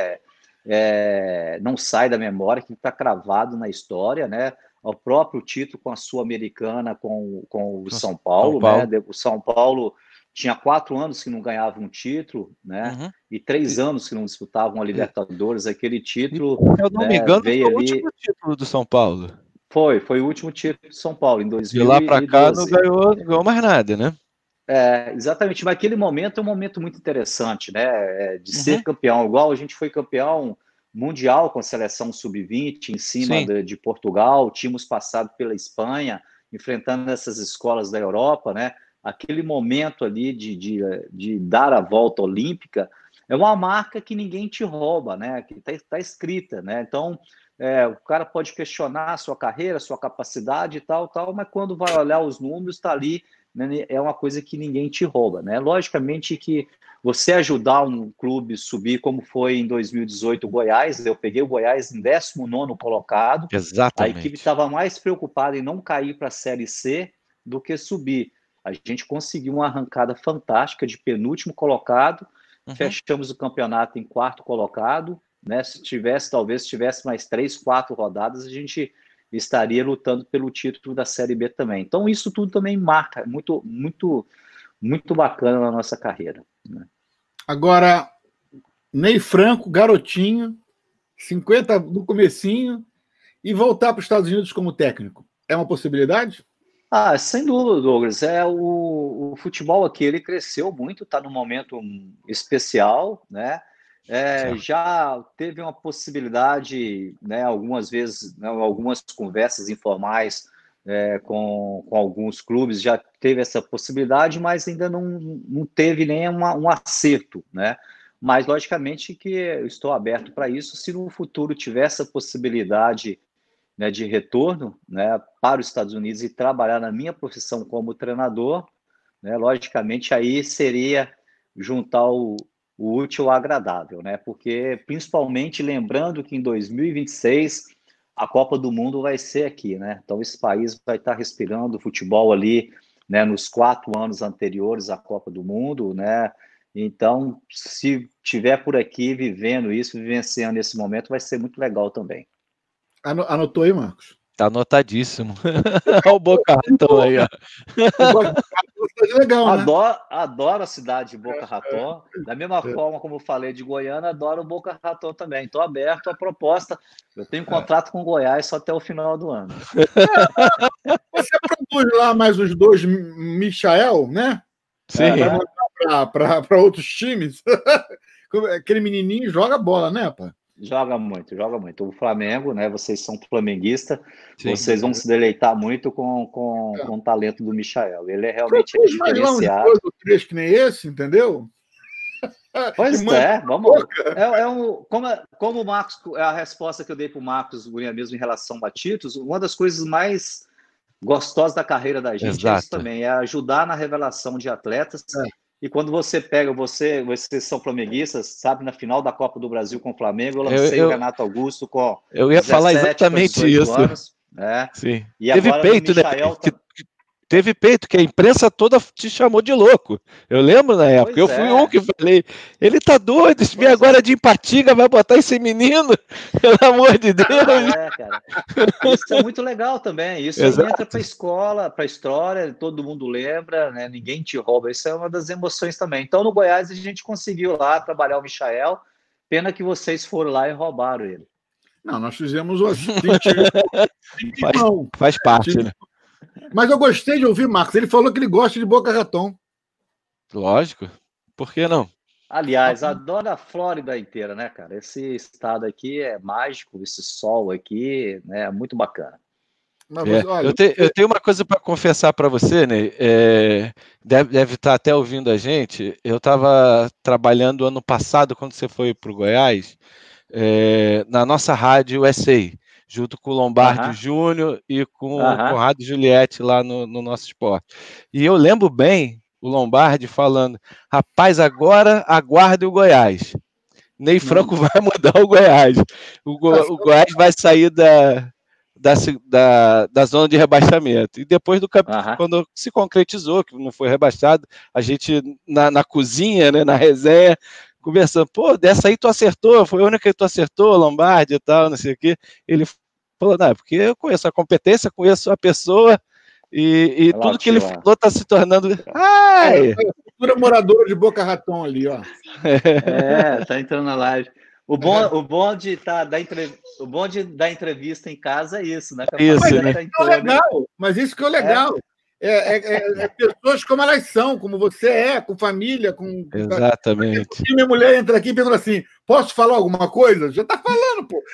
não sai da memória, que está cravado na história, né? O próprio título com a Sul-Americana, com o São Paulo, né? O São Paulo tinha 4 anos que não ganhava um título, né? E 3 anos que não disputavam a Libertadores. Aquele título, eu não me engano, veio foi o último título do São Paulo. Foi o último título do São Paulo, em 2012. De lá para cá não ganhou mais nada, né? Exatamente, mas aquele momento é um momento muito interessante, né? De ser campeão, igual a gente foi campeão mundial com a seleção sub-20 em cima de Portugal, tínhamos passado pela Espanha, enfrentando essas escolas da Europa, né? Aquele momento ali de dar a volta olímpica é uma marca que ninguém te rouba, né? Que está escrita, né? Então, o cara pode questionar a sua carreira, a sua capacidade e tal, mas quando vai olhar os números, está ali né, é uma coisa que ninguém te rouba, né? Logicamente que você ajudar um clube subir, como foi em 2018 o Goiás, eu peguei o Goiás em 19º colocado, a equipe Exatamente. estava mais preocupada em não cair para a Série C do que subir. A gente conseguiu uma arrancada fantástica de penúltimo colocado, fechamos o campeonato em 4º colocado, né? Se talvez tivesse mais 3, 4 rodadas, a gente estaria lutando pelo título da Série B também. Então isso tudo também marca, muito, muito, muito bacana na nossa carreira, né? Agora, Ney Franco, garotinho, 50 no comecinho, e voltar para os Estados Unidos como técnico. É uma possibilidade? Sem dúvida, Douglas. O futebol aqui ele cresceu muito, está num momento especial, né? Já teve uma possibilidade, né, algumas vezes, né, algumas conversas informais com alguns clubes, já teve essa possibilidade, mas ainda não teve nem um acerto, né? Mas, logicamente, que eu estou aberto para isso. Se no futuro tiver essa possibilidade, né, de retorno, né, para os Estados Unidos e trabalhar na minha profissão como treinador, né, logicamente aí seria juntar o útil ao agradável, né, porque principalmente lembrando que em 2026 a Copa do Mundo vai ser aqui, né, então esse país vai estar respirando futebol ali, né, nos 4 anos anteriores à Copa do Mundo, né, então se tiver por aqui vivendo isso, vivenciando esse momento, vai ser muito legal também. Anotou aí, Marcos? Tá anotadíssimo. Olha o Boca Raton aí, ó. Legal, né? Adoro a cidade de Boca Raton. Da mesma forma como eu falei de Goiânia, adoro o Boca Raton também. Estou aberto à proposta. Eu tenho contrato com Goiás só até o final do ano. Você produz lá mais os 2 Michael, né? Sim. Para outros times. Aquele menininho joga bola, né, pá? Joga muito, joga muito. O Flamengo, né? Vocês são flamenguistas, Sim. Vocês vão se deleitar muito com o talento do Michael. Ele é realmente diferenciado. 2 ou 3 que nem esse, entendeu? Pois vamos. Como o Marcos, a resposta que eu dei para o Marcos mesmo em relação a títulos, uma das coisas mais gostosas da carreira da gente é isso também, é ajudar na revelação de atletas. E quando você pega, vocês são flamenguistas, sabe, na final da Copa do Brasil com o Flamengo, eu lancei o Renato Augusto com eu ia 17, falar exatamente isso. Anos, né? Sim. E teve agora peito, o Michael né? Teve peito, que a imprensa toda te chamou de louco. Eu lembro na época, eu fui um que falei, ele tá doido, se vier agora de Ipatinga, vai botar esse menino, pelo amor de Deus. Cara. Isso é muito legal também, isso aí entra para a escola, para a história, todo mundo lembra, né? Ninguém te rouba, isso é uma das emoções também. Então no Goiás a gente conseguiu lá trabalhar o Michael, pena que vocês foram lá e roubaram ele. Não, nós fizemos o faz parte, né? Mas eu gostei de ouvir, Marcos. Ele falou que ele gosta de Boca Raton. Lógico. Por que não? Aliás, adoro a Flórida inteira, né, cara? Esse estado aqui é mágico, esse sol aqui, né, é muito bacana. Olha, eu tenho uma coisa para confessar para você, né? Deve estar até ouvindo a gente. Eu estava trabalhando ano passado, quando você foi para o Goiás, na nossa rádio USA, junto com o Lombardi Júnior e com o Conrado Juliette lá no nosso esporte. E eu lembro bem o Lombardi falando, rapaz, agora aguarde o Goiás. Ney Franco vai mudar o Goiás. O Goiás vai sair da zona de rebaixamento. E depois quando se concretizou, que não foi rebaixado, a gente na cozinha, né, na resenha, conversando, pô, dessa aí tu acertou, foi a única que tu acertou, Lombardi e tal, não sei o quê. Ele falou, não, porque eu conheço a competência, conheço a pessoa, e tudo que ele falou está se tornando... Ai! Futura moradora de Boca Raton ali, ó. Tá entrando na live. O bom de dar entrevista em casa é isso, né? Isso, né? Mas isso que é legal. Pessoas como elas são, como você com família, com... Exatamente. E minha mulher entra aqui e pergunta assim, posso falar alguma coisa? Já tá falando, pô.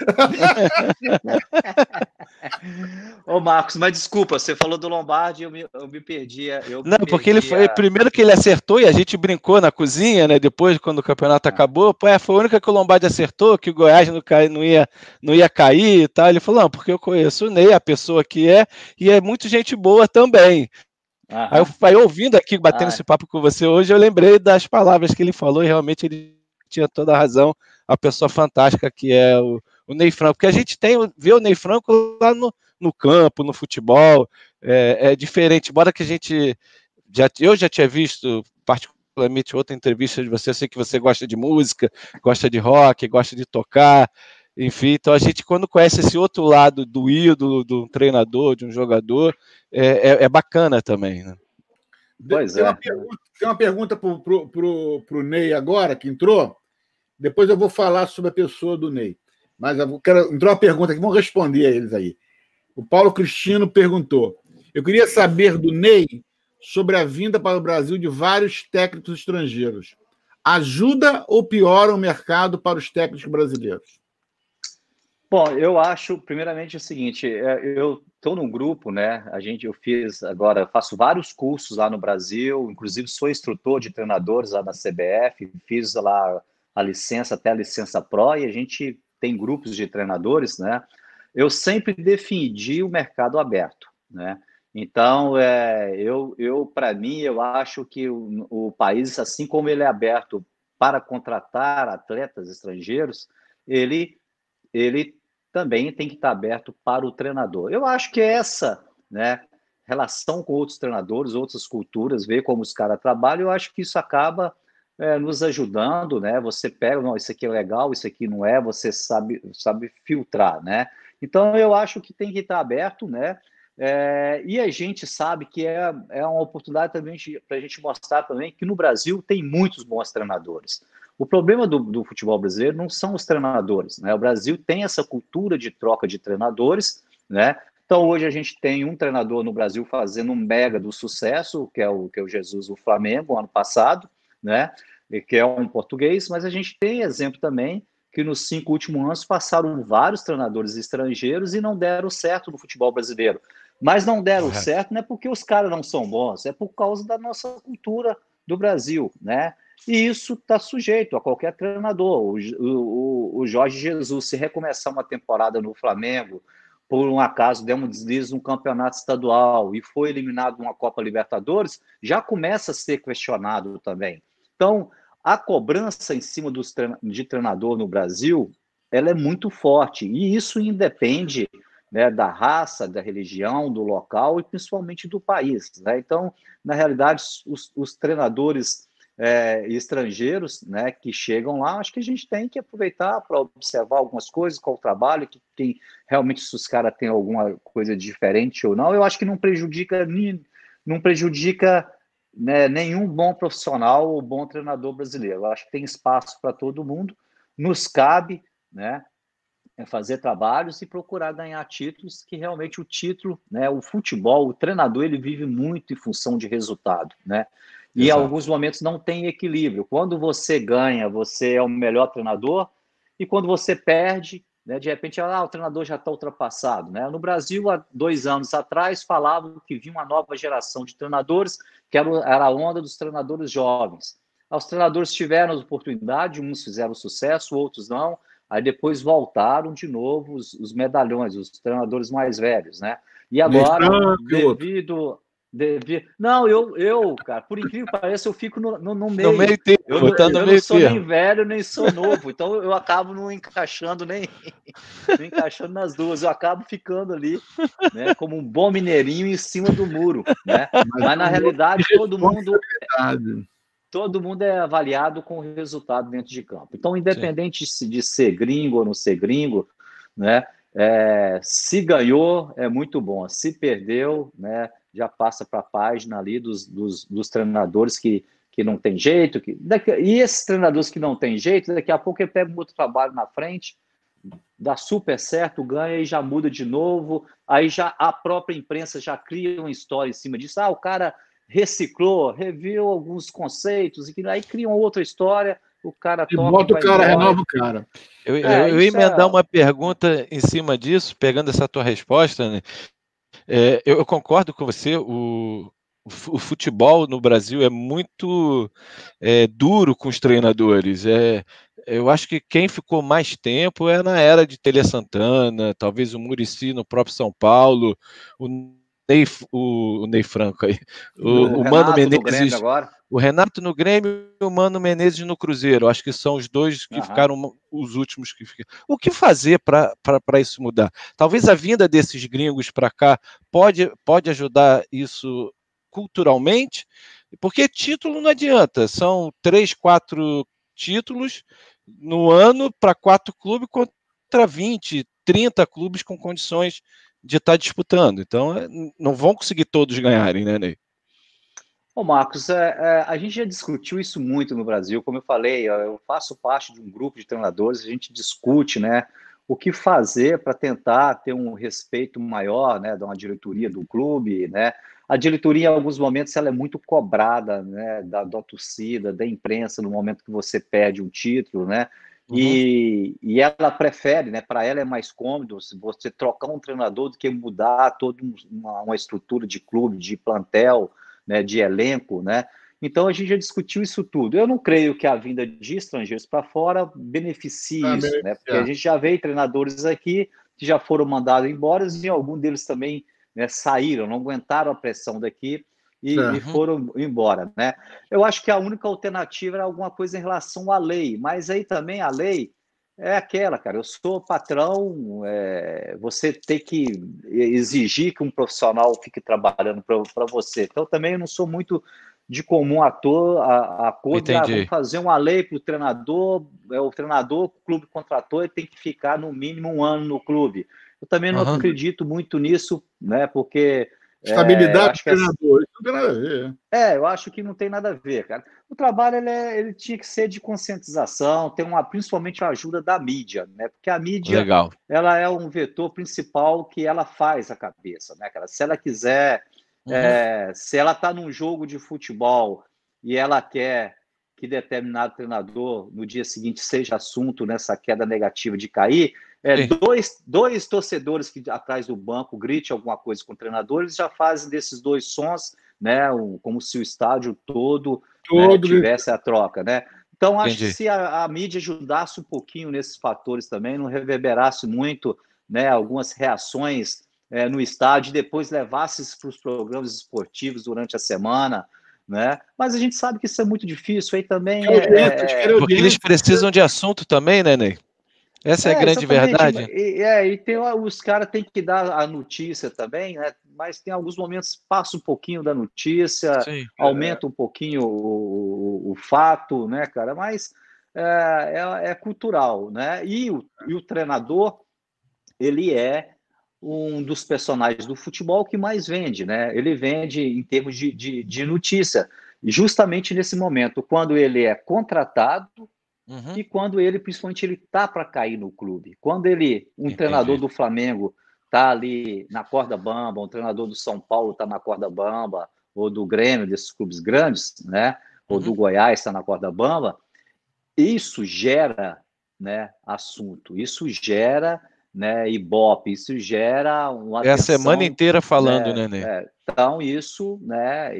Ô, Marcos, mas desculpa, você falou do Lombardi, eu me perdi. Porque ele foi primeiro que ele acertou e a gente brincou na cozinha, né? Depois, quando o campeonato acabou, foi a única que o Lombardi acertou, que o Goiás não ia cair e tal. Ele falou, não, porque eu conheço o Ney, a pessoa que é, e é muito gente boa também. Aí eu ouvindo aqui, batendo esse papo com você hoje, eu lembrei das palavras que ele falou e realmente ele tinha toda a razão, a pessoa fantástica que é o Ney Franco, porque a gente vê o Ney Franco lá no campo, no futebol, é diferente, embora que eu já tinha visto particularmente outra entrevista de você, eu sei que você gosta de música, gosta de rock, gosta de tocar, enfim, então a gente quando conhece esse outro lado do ídolo, do treinador, de um jogador, é bacana também, né? Pois tem uma pergunta para o Ney agora, que entrou. Depois eu vou falar sobre a pessoa do Ney. Mas entrou uma pergunta aqui, vamos responder a eles aí. O Paulo Cristino perguntou: eu queria saber do Ney sobre a vinda para o Brasil de vários técnicos estrangeiros. Ajuda ou piora o mercado para os técnicos brasileiros? Bom, eu acho, primeiramente, o seguinte, eu estou num grupo, né? Faço vários cursos lá no Brasil, inclusive sou instrutor de treinadores lá na CBF, fiz lá a licença, até a licença Pro, e a gente tem grupos de treinadores, né? Eu sempre defendi o mercado aberto, né? Então, para mim, eu acho que o país, assim como ele é aberto para contratar atletas estrangeiros, ele também tem que estar aberto para o treinador. Eu acho que essa, né, relação com outros treinadores, outras culturas, ver como os caras trabalham, eu acho que isso acaba nos ajudando, né? Você pega, não, isso aqui é legal, isso aqui não é, você sabe filtrar, né? Então, eu acho que tem que estar aberto, né? E a gente sabe que é uma oportunidade também para a gente mostrar também que no Brasil tem muitos bons treinadores. O problema do futebol brasileiro não são os treinadores, né? O Brasil tem essa cultura de troca de treinadores, né? Então, hoje a gente tem um treinador no Brasil fazendo um mega do sucesso, que é o Jesus do Flamengo, ano passado, né? Que é um português, mas a gente tem exemplo também que nos 5 últimos anos passaram vários treinadores estrangeiros e não deram certo no futebol brasileiro. Mas não deram certo não é porque os caras não são bons, é por causa da nossa cultura do Brasil, né? E isso está sujeito a qualquer treinador. O Jorge Jesus, se recomeçar uma temporada no Flamengo, por um acaso der um deslize no campeonato estadual e foi eliminado numa Copa Libertadores, já começa a ser questionado também. Então, a cobrança em cima de treinador no Brasil, ela é muito forte. E isso independe, né, da raça, da religião, do local e principalmente do país, né? Então, na realidade, os treinadores estrangeiros, né, que chegam lá, acho que a gente tem que aproveitar para observar algumas coisas, qual o trabalho, quem realmente se os caras têm alguma coisa diferente ou não. Eu acho que não prejudica, né, nenhum bom profissional ou bom treinador brasileiro. Eu acho que tem espaço para todo mundo. Nos cabe, né, fazer trabalhos e procurar ganhar títulos, que realmente o título, né, o futebol, o treinador, ele vive muito em função de resultado, né? E em alguns momentos não tem equilíbrio. Quando você ganha, você é o melhor treinador, e quando você perde, né, de repente, o treinador já está ultrapassado, né? No Brasil, há 2 anos atrás, falavam que vinha uma nova geração de treinadores, que era a onda dos treinadores jovens. Os treinadores tiveram a oportunidade, uns fizeram sucesso, outros não. Aí depois voltaram de novo os medalhões, os treinadores mais velhos, né? E agora, Não, cara, por incrível que pareça, eu fico no meio. No meio tempo, eu não sou nem velho, nem sou novo. Então eu acabo não encaixando não encaixando nas duas. Eu acabo ficando ali, né, como um bom mineirinho em cima do muro, né? Mas na realidade, todo mundo é avaliado com o resultado dentro de campo. Então, independente de ser gringo ou não ser gringo, né, se ganhou, é muito bom. Se perdeu, né, já passa para a página ali dos treinadores que não tem jeito. E esses treinadores que não tem jeito, daqui a pouco ele pega um outro trabalho na frente, dá super certo, ganha e já muda de novo. Aí já a própria imprensa já cria uma história em cima disso. O cara reciclou, reviu alguns conceitos, e aí criam outra história, o cara toca e bota o cara, renova o cara. Eu ia emendar uma pergunta em cima disso, pegando essa tua resposta, né? Eu concordo com você, o futebol no Brasil é muito duro com os treinadores. Eu acho que quem ficou mais tempo é na era de Tele Santana, talvez o Muricy no próprio São Paulo, o o Ney Franco aí. O Mano Renato no Grêmio Menezes, agora. o Renato no Grêmio e o Mano Menezes no Cruzeiro. Acho que são os dois que ficaram, os últimos que ficaram. O que fazer para isso mudar? Talvez a vinda desses gringos para cá pode ajudar isso culturalmente, porque título não adianta. São 3, 4 títulos no ano para 4 clubes contra 20, 30 clubes com condições de estar disputando. Então, não vão conseguir todos ganharem, né, Ney? Ô Marcos, a gente já discutiu isso muito no Brasil. Como eu falei, eu faço parte de um grupo de treinadores, a gente discute, né, o que fazer para tentar ter um respeito maior, né, de uma diretoria do clube, né? A diretoria, em alguns momentos, ela é muito cobrada, né, da torcida, da imprensa, no momento que você perde um título, né? E ela prefere, né? Para ela é mais cômodo se você trocar um treinador do que mudar toda uma estrutura de clube, de plantel, né, de elenco, né? Então a gente já discutiu isso tudo. Eu não creio que a vinda de estrangeiros para fora beneficie isso, né? Porque a gente já vê treinadores aqui que já foram mandados embora e alguns deles também, né, saíram, não aguentaram a pressão daqui e foram embora, né? Eu acho que a única alternativa era alguma coisa em relação à lei, mas aí também a lei é aquela, cara, eu sou patrão, você tem que exigir que um profissional fique trabalhando para você. Então, também eu não sou muito de comum acordo, vamos fazer uma lei para o treinador, o clube contratou, ele tem que ficar no mínimo 1 ano no clube. Eu também não acredito muito nisso, né, porque... Estabilidade do treinador, isso não tem nada a ver. Eu acho que não tem nada a ver, cara. O trabalho ele tinha que ser de conscientização, ter principalmente a ajuda da mídia, né? Porque a mídia ela é um vetor principal que ela faz a cabeça, né, cara? Se ela quiser, se ela está num jogo de futebol e ela quer que determinado treinador no dia seguinte seja assunto nessa queda negativa de cair, dois torcedores que atrás do banco gritem alguma coisa com o treinador, eles já fazem desses dois sons, né, como se o estádio todo né, tivesse a troca, né? Então, acho que se a mídia ajudasse um pouquinho nesses fatores também, não reverberasse muito, né, algumas reações no estádio e depois levasse isso para os programas esportivos durante a semana, né? Mas a gente sabe que isso é muito difícil, aí também porque eles precisam de assunto também, né, Ney? Essa é a grande verdade. E tem, os caras têm que dar a notícia também, né? Mas tem alguns momentos passa um pouquinho da notícia, aumenta um pouquinho o fato, né, cara? Mas é cultural, né? E o treinador, ele é um dos personagens do futebol que mais vende, né? Ele vende em termos de notícia, justamente nesse momento, quando ele é contratado e quando ele, principalmente, ele tá para cair no clube. Quando um treinador do Flamengo tá ali na corda bamba, um treinador do São Paulo tá na corda bamba, ou do Grêmio, desses clubes grandes, né? Ou do Goiás está na corda bamba, isso gera, né, assunto, isso gera, né, ibope, isso gera uma atenção, a semana inteira falando, né, Ney? Então isso, né,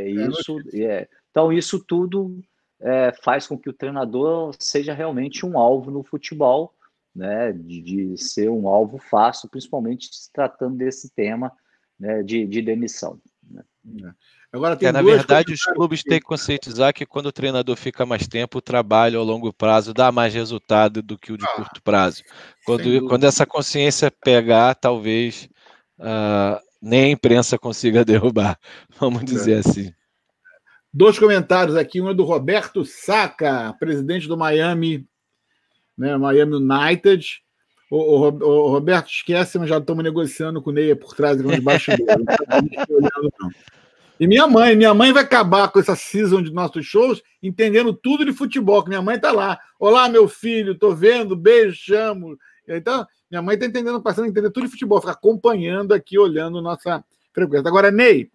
então isso tudo faz com que o treinador seja realmente um alvo no futebol, né, de ser um alvo fácil, principalmente se tratando desse tema, né, de demissão. Né? Agora, tem na verdade, os clubes têm que conscientizar que quando o treinador fica mais tempo, o trabalho ao longo prazo dá mais resultado do que o de curto prazo. Quando essa consciência pegar, talvez nem a imprensa consiga derrubar, vamos dizer assim. 2 comentários aqui, um é do Roberto Saca, presidente do Miami, né, Miami United. O Roberto, esquece, mas já estamos negociando com o Ney por trás de bastidores. Não. E minha mãe vai acabar com essa season de nossos shows entendendo tudo de futebol, que minha mãe está lá. Olá, meu filho, tô vendo, beijo, chamo. Então, minha mãe está entendendo, passando a entender tudo de futebol, fica acompanhando aqui, olhando nossa frequência. Agora, Ney,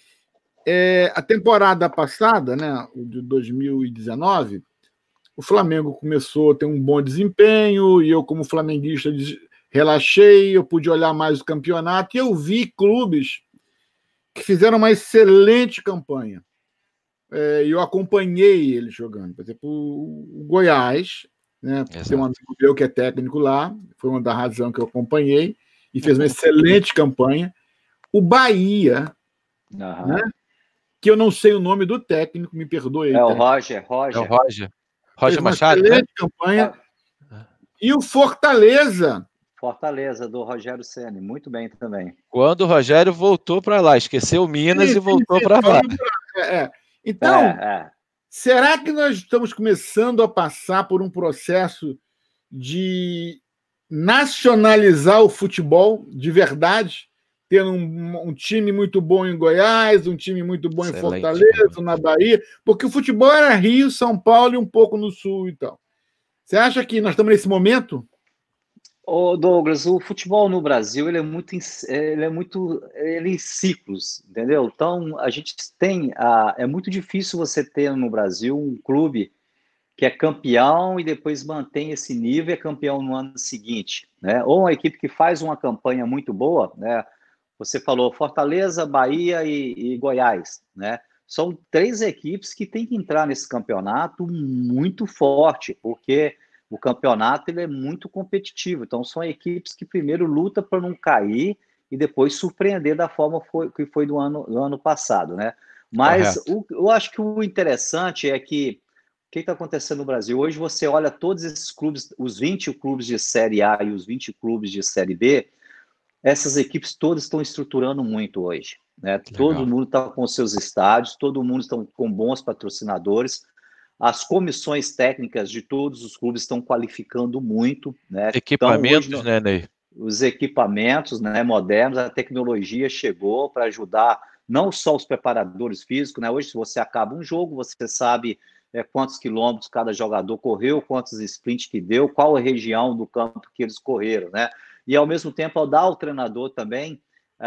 a temporada passada, né, de 2019, o Flamengo começou a ter um bom desempenho e eu, como flamenguista, relaxei, eu pude olhar mais o campeonato e eu vi clubes que fizeram uma excelente campanha. E eu acompanhei eles jogando. Por exemplo, o Goiás, né, tem um amigo meu que é técnico lá, foi uma da razão que eu acompanhei, e fez uma excelente campanha. o Bahia, né? Que eu não sei o nome do técnico, me perdoe aí. É o Roger. É o Roger. Roger Machado, excelente, né? Campanha. E o Fortaleza. Fortaleza, do Rogério Ceni, muito bem também. Quando o Rogério voltou para lá, esqueceu o Minas e voltou para lá. Então, será que nós estamos começando a passar por um processo de nacionalizar o futebol de verdade? Ter um time muito bom em Goiás, um time muito bom em Fortaleza, na Bahia, porque o futebol era Rio, São Paulo e um pouco no Sul e tal. Você acha que nós estamos nesse momento? Ô Douglas, o futebol no Brasil ele é em ciclos, entendeu? Então a gente tem é muito difícil você ter no Brasil um clube que é campeão e depois mantém esse nível e é campeão no ano seguinte, né? Ou uma equipe que faz uma campanha muito boa, né? Você falou Fortaleza, Bahia e Goiás, né? São 3 equipes que têm que entrar nesse campeonato muito forte, porque o campeonato ele é muito competitivo. Então, são equipes que primeiro lutam para não cair e depois surpreender da forma que foi do ano passado, né? Mas eu acho que o interessante é que o que está acontecendo no Brasil? Hoje você olha todos esses clubes, os 20 clubes de Série A e os 20 clubes de Série B, essas equipes todas estão estruturando muito hoje, né? Todo mundo está com seus estádios, todo mundo está com bons patrocinadores, as comissões técnicas de todos os clubes estão qualificando muito, né? Equipamentos, então, hoje, né, Ney? Os equipamentos, né, modernos, a tecnologia chegou para ajudar não só os preparadores físicos, né? Hoje, se você acaba um jogo, você sabe quantos quilômetros cada jogador correu, quantos sprints que deu, qual a região do campo que eles correram, né? E, ao mesmo tempo, ao dar ao treinador também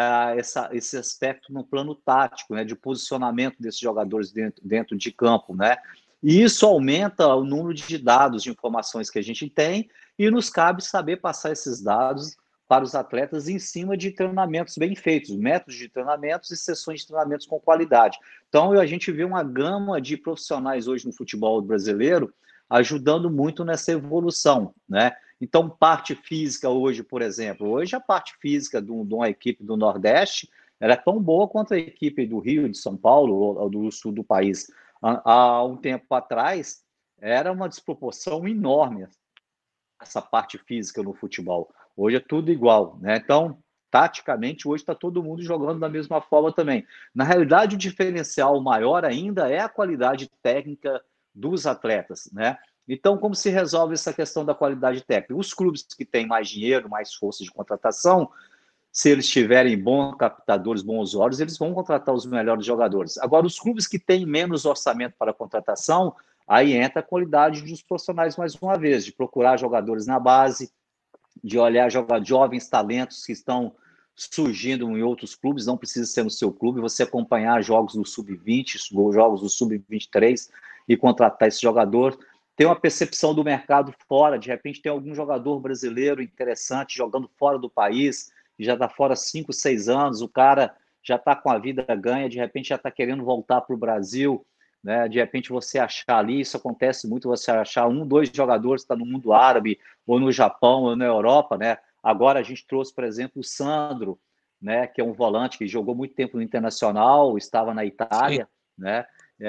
esse aspecto no plano tático, né, de posicionamento desses jogadores dentro de campo, né? E isso aumenta o número de dados, de informações que a gente tem e nos cabe saber passar esses dados para os atletas em cima de treinamentos bem feitos, métodos de treinamentos e sessões de treinamentos com qualidade. Então, a gente vê uma gama de profissionais hoje no futebol brasileiro ajudando muito nessa evolução, né? Então, parte física hoje, por exemplo, hoje a parte física de uma equipe do Nordeste ela é tão boa quanto a equipe do Rio, de São Paulo ou do sul do país. Há um tempo atrás, era uma desproporção enorme essa parte física no futebol. Hoje é tudo igual, né? Então, taticamente, hoje está todo mundo jogando da mesma forma também. Na realidade, o diferencial maior ainda é a qualidade técnica dos atletas, né? Então, como se resolve essa questão da qualidade técnica? Os clubes que têm mais dinheiro, mais força de contratação, se eles tiverem bons captadores, bons usuários, eles vão contratar os melhores jogadores. Agora, os clubes que têm menos orçamento para contratação, aí entra a qualidade dos profissionais mais uma vez, de procurar jogadores na base, de olhar jovens talentos que estão surgindo em outros clubes, não precisa ser no seu clube, você acompanhar jogos do Sub-20, jogos do Sub-23 e contratar esse jogador. Tem uma percepção do mercado fora, de repente tem algum jogador brasileiro interessante jogando fora do país, já está fora 5, 6 anos, o cara já está com a vida ganha, de repente já está querendo voltar para o Brasil, né? De repente você achar ali, isso acontece muito, você achar 1, 2 jogadores que estão no mundo árabe, ou no Japão, ou na Europa, né? Agora a gente trouxe, por exemplo, o Sandro, né? Que é um volante que jogou muito tempo no Internacional, estava na Itália, sim, né?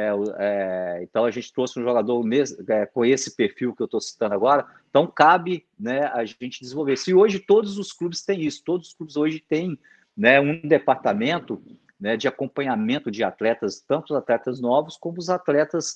Então a gente trouxe um jogador com esse perfil que eu estou citando agora. Então cabe, né, a gente desenvolver. Se hoje todos os clubes têm isso, todos os clubes hoje têm, né, um departamento, né, de acompanhamento de atletas, tanto os atletas novos como os atletas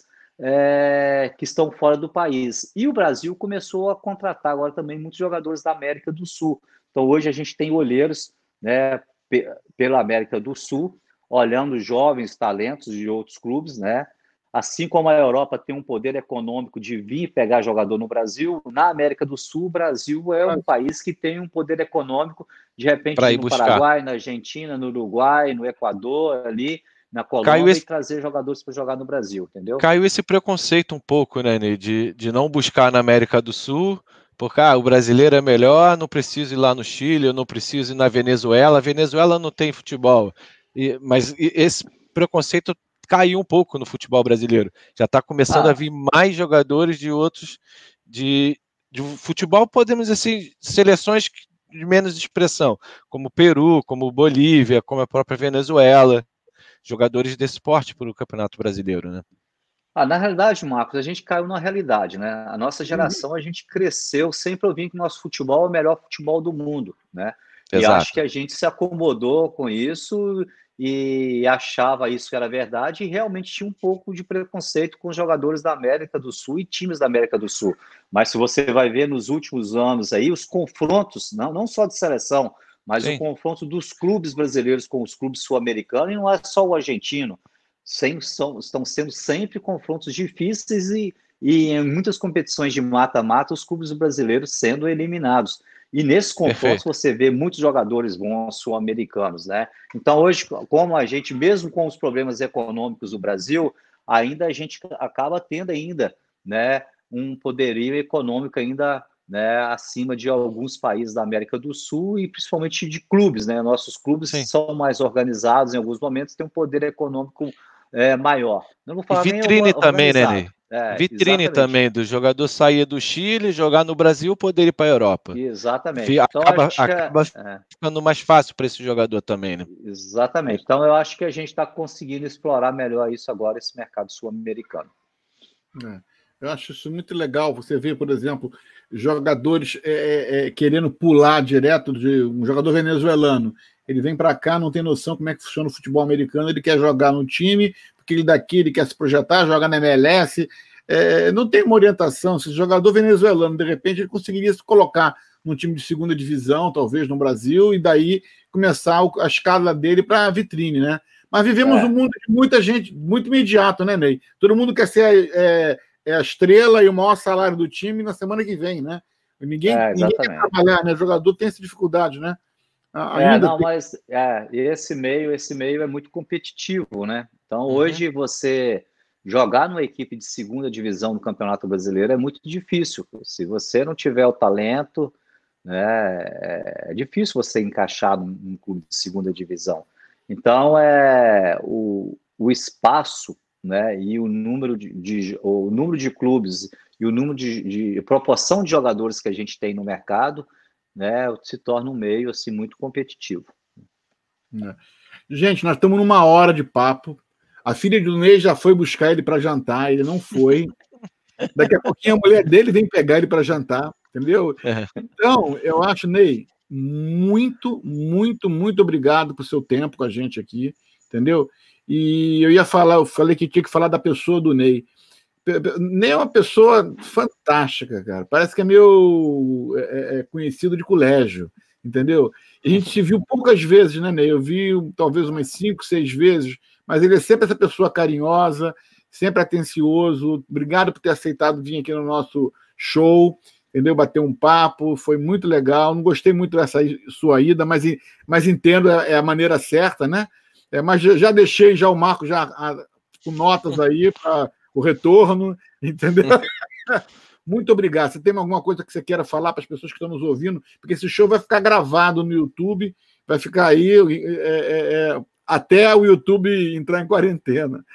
que estão fora do país. E o Brasil começou a contratar agora também muitos jogadores da América do Sul. Então hoje a gente tem olheiros, né, pela América do Sul, olhando jovens talentos de outros clubes, né? Assim como a Europa tem um poder econômico de vir pegar jogador no Brasil, na América do Sul, o Brasil é um país que tem um poder econômico, de repente, no Paraguai, na Argentina, no Uruguai, no Equador, ali, na Colômbia, e trazer jogadores para jogar no Brasil, entendeu? Caiu esse preconceito um pouco, né, Ney, de não buscar na América do Sul, porque o brasileiro é melhor, não preciso ir lá no Chile, eu não preciso ir na Venezuela, a Venezuela não tem futebol. Mas esse preconceito caiu um pouco no futebol brasileiro. Já está começando a vir mais jogadores de outros de futebol, podemos dizer assim, seleções de menos expressão, como o Peru, como Bolívia, como a própria Venezuela, jogadores desse porte para o Campeonato Brasileiro, né? Na realidade, Marcos, a gente caiu na realidade, né? A nossa geração, a gente cresceu sempre ouvindo que o nosso futebol é o melhor futebol do mundo, né? E acho que Exato. a gente se acomodou com isso e achava isso que era verdade e realmente tinha um pouco de preconceito com os jogadores da América do Sul e times da América do Sul. Mas se você vai ver nos últimos anos aí, os confrontos, não só de seleção, mas o Sim. confronto dos clubes brasileiros com os clubes sul-americanos, e não é só o argentino, estão sendo sempre confrontos difíceis e em muitas competições de mata-mata, os clubes brasileiros sendo eliminados. E nesses confrontos Perfeito. você vê muitos jogadores bons sul-americanos, né? Então hoje, como a gente, mesmo com os problemas econômicos do Brasil, ainda a gente acaba tendo ainda, né, um poderio econômico ainda, né, acima de alguns países da América do Sul e principalmente de clubes, né? Nossos clubes Sim. são mais organizados em alguns momentos, têm um poder econômico maior. Não vou E falar nem vitrine também, né, organizado. Ney? Vitrine Exatamente. também, do jogador sair do Chile, jogar no Brasil, poder ir para a Europa. Exatamente. Então, Acaba ficando mais fácil para esse jogador também, né? exatamente. Então, eu acho que a gente está conseguindo explorar melhor isso agora, esse mercado sul-americano. Eu acho isso muito legal. Você vê, por exemplo, jogadores querendo pular direto de um jogador venezuelano. Ele vem para cá, não tem noção como é que funciona o futebol americano, ele quer jogar no time, porque ele daqui ele quer se projetar, joga na MLS. Não tem uma orientação. Se o jogador venezuelano, de repente, ele conseguiria se colocar num time de segunda divisão, talvez no Brasil, e daí começar a escala dele para a vitrine, né? Mas vivemos um mundo de muita gente, muito imediato, né, Ney? Todo mundo quer ser a estrela e o maior salário do time na semana que vem, né? Ninguém quer trabalhar, né? O jogador tem essa dificuldade, né? Ainda não, tem. mas esse meio é muito competitivo, né? Então, hoje você jogar numa equipe de segunda divisão do Campeonato Brasileiro é muito difícil. Se você não tiver o talento, né, é difícil você encaixar num clube de segunda divisão. Então, o espaço, né, e o número de clubes e o número de proporção de jogadores que a gente tem no mercado, né, se torna um meio assim muito competitivo. Gente, nós estamos numa hora de papo. A filha do Ney já foi buscar ele para jantar, ele não foi. Daqui a pouquinho a mulher dele vem pegar ele para jantar, entendeu? Então, eu acho, Ney, muito, muito, muito obrigado por seu tempo com a gente aqui, entendeu? E eu falei que tinha que falar da pessoa do Ney. Ney é uma pessoa fantástica, cara. Parece que é meu conhecido de colégio, entendeu? E a gente se viu poucas vezes, né, Ney? Eu vi talvez umas 5, 6 vezes, mas ele é sempre essa pessoa carinhosa, sempre atencioso. Obrigado por ter aceitado vir aqui no nosso show, entendeu? Bater um papo, foi muito legal. Não gostei muito dessa sua ida, mas entendo, é a maneira certa, né? Mas já deixei já o Marco com notas aí para o retorno, entendeu? Muito obrigado. Você tem alguma coisa que você queira falar para as pessoas que estão nos ouvindo? Porque esse show vai ficar gravado no YouTube, vai ficar aí até o YouTube entrar em quarentena.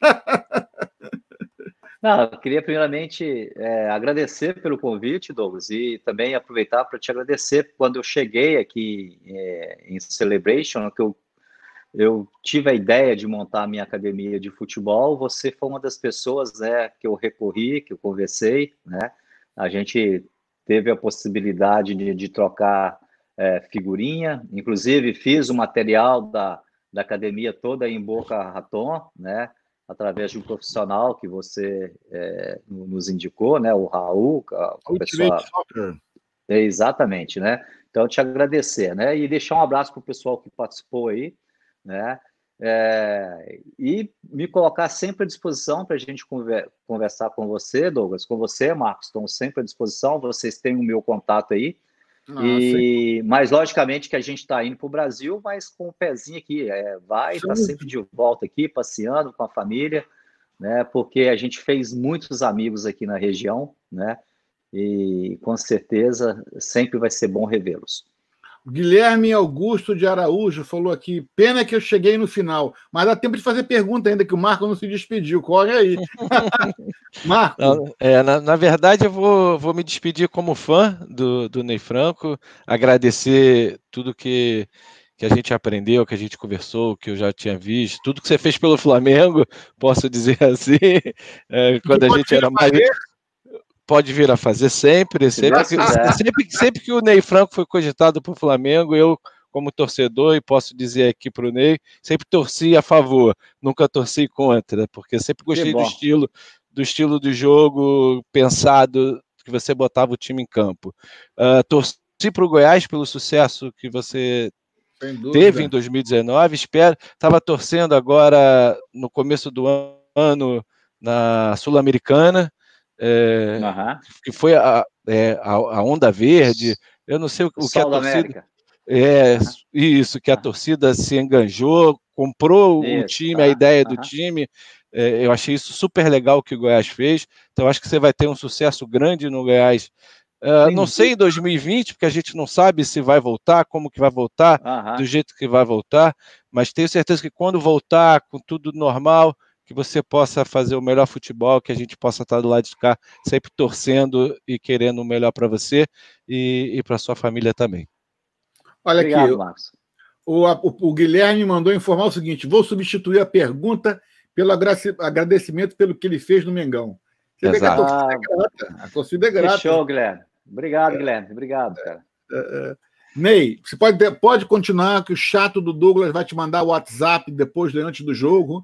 Não, eu queria primeiramente agradecer pelo convite, Douglas, e também aproveitar para te agradecer quando eu cheguei aqui em Celebration, que eu tive a ideia de montar a minha academia de futebol. Você foi uma das pessoas, né, que eu recorri, que eu conversei, né? A gente teve a possibilidade de trocar figurinha, inclusive fiz o material da academia toda em Boca Raton, né? Através de um profissional que você nos indicou, né? O Raul, a pessoa... Exatamente, né? Então, te agradecer, né? E deixar um abraço para o pessoal que participou aí, né? E me colocar sempre à disposição para a gente conversar com você, Douglas, com você, Marcos, estão sempre à disposição, vocês têm o meu contato aí. Mas, logicamente, que a gente está indo para o Brasil, mas com o pezinho aqui, está sempre de volta aqui, passeando com a família, né? Porque a gente fez muitos amigos aqui na região, né? E com certeza sempre vai ser bom revê-los. Guilherme Augusto de Araújo falou aqui, pena que eu cheguei no final, mas dá tempo de fazer pergunta ainda, que o Marco não se despediu. Corre aí. Marco. Na verdade, eu vou me despedir como fã do Ney Franco, agradecer tudo que a gente aprendeu, que a gente conversou, que eu já tinha visto, tudo que você fez pelo Flamengo, posso dizer assim, quando a gente era mais... Pode vir a fazer sempre que o Ney Franco foi cogitado para o Flamengo, eu, como torcedor, e posso dizer aqui para o Ney, sempre torci a favor, nunca torci contra, porque sempre gostei do estilo do jogo pensado, que você botava o time em campo. Torci para o Goiás pelo sucesso que você teve em 2019, estava torcendo agora no começo do ano na Sul-Americana, que foi a onda verde, eu não sei o que a torcida... Isso, que a torcida se enganjou, comprou o time, a ideia do time, eu achei isso super legal que o Goiás fez, então acho que você vai ter um sucesso grande no Goiás, não sei em 2020, porque a gente não sabe se vai voltar, como que vai voltar, do jeito que vai voltar, mas tenho certeza que quando voltar, com tudo normal, que você possa fazer o melhor futebol, que a gente possa estar do lado de cá, sempre torcendo e querendo o melhor para você e para sua família também. Olha aqui, Marcos. O Guilherme mandou informar o seguinte, vou substituir a pergunta pelo agradecimento pelo que ele fez no Mengão. Você vê que a torcida é grata. A torcida é grata. Fechou, Guilherme. Obrigado, Guilherme. Obrigado, cara. Ney, você pode continuar, que o chato do Douglas vai te mandar o WhatsApp depois, antes do jogo.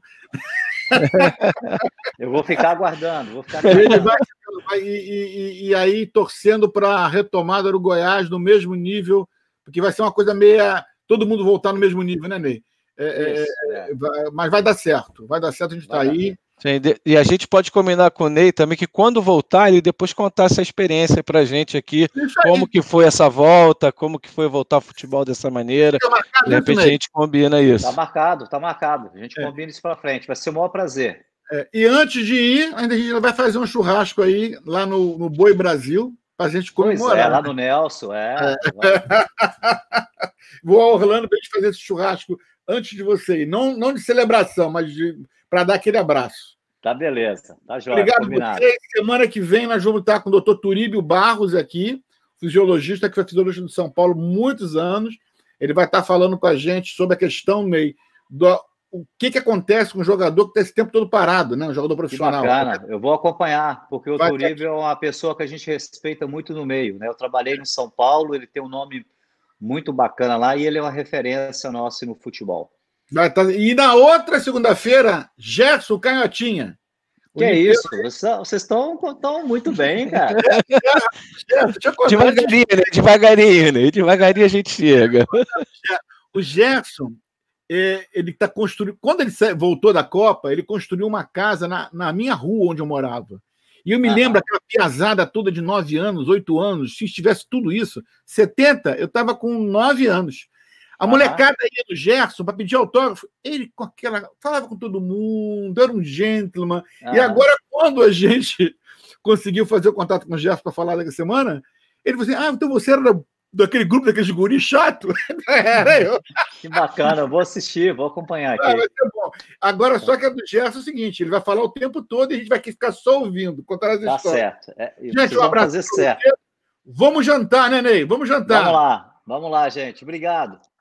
Eu vou ficar aguardando. E aí torcendo para a retomada do Goiás no mesmo nível, porque vai ser uma coisa meia... Todo mundo voltar no mesmo nível, né, Ney? Mas vai dar certo, a gente está aí. Sim, e a gente pode combinar com o Ney também que quando voltar, ele depois contar essa experiência para a gente aqui, como que foi essa volta, como que foi voltar ao futebol dessa maneira. De repente a gente combina isso. Tá marcado. A gente combina isso para frente, vai ser o maior prazer. E antes de ir, ainda a gente vai fazer um churrasco aí, lá no Boi Brasil, para a gente comemorar. Lá no Nelson, Vou a Orlando para a gente fazer esse churrasco antes de você ir. Não de celebração, mas para dar aquele abraço. Tá, beleza. Tá jóia. Obrigado a vocês. Semana que vem nós vamos estar com o Dr. Turíbio Barros aqui, fisiologista, que foi fisiologista de São Paulo muitos anos. Ele vai estar falando com a gente sobre a questão, Ney, o que acontece com um jogador que está esse tempo todo parado, né? Um jogador profissional. Que bacana. Eu vou acompanhar, porque o Turíbio é uma pessoa que a gente respeita muito no meio, né? Eu trabalhei no São Paulo, ele tem um nome muito bacana lá e ele é uma referência nossa no futebol. E na outra segunda-feira, Gerson Canhotinha. Que é isso? Vocês estão muito bem, cara. Devagarinho a gente chega. O Gerson, ele está construindo... Quando ele voltou da Copa, ele construiu uma casa na minha rua onde eu morava. E eu me lembro aquela piazada toda de 9 anos, 8 anos, se tivesse tudo isso, 70, eu estava com 9 anos. A molecada ia no Gerson para pedir autógrafo, ele com aquela... falava com todo mundo, era um gentleman. E agora, quando a gente conseguiu fazer o contato com o Gerson para falar daqui semana, ele falou assim, então você era daquele grupo, daqueles guris chato? Era eu. Que bacana, eu vou assistir, vou acompanhar aqui. Vai ser bom. Agora, só que a do Gerson é o seguinte, ele vai falar o tempo todo e a gente vai ficar só ouvindo, contar as histórias. Tá certo. Gente, um abraço. Fazer certo. Vamos jantar, né, Ney? Vamos jantar. Vamos lá, gente. Obrigado.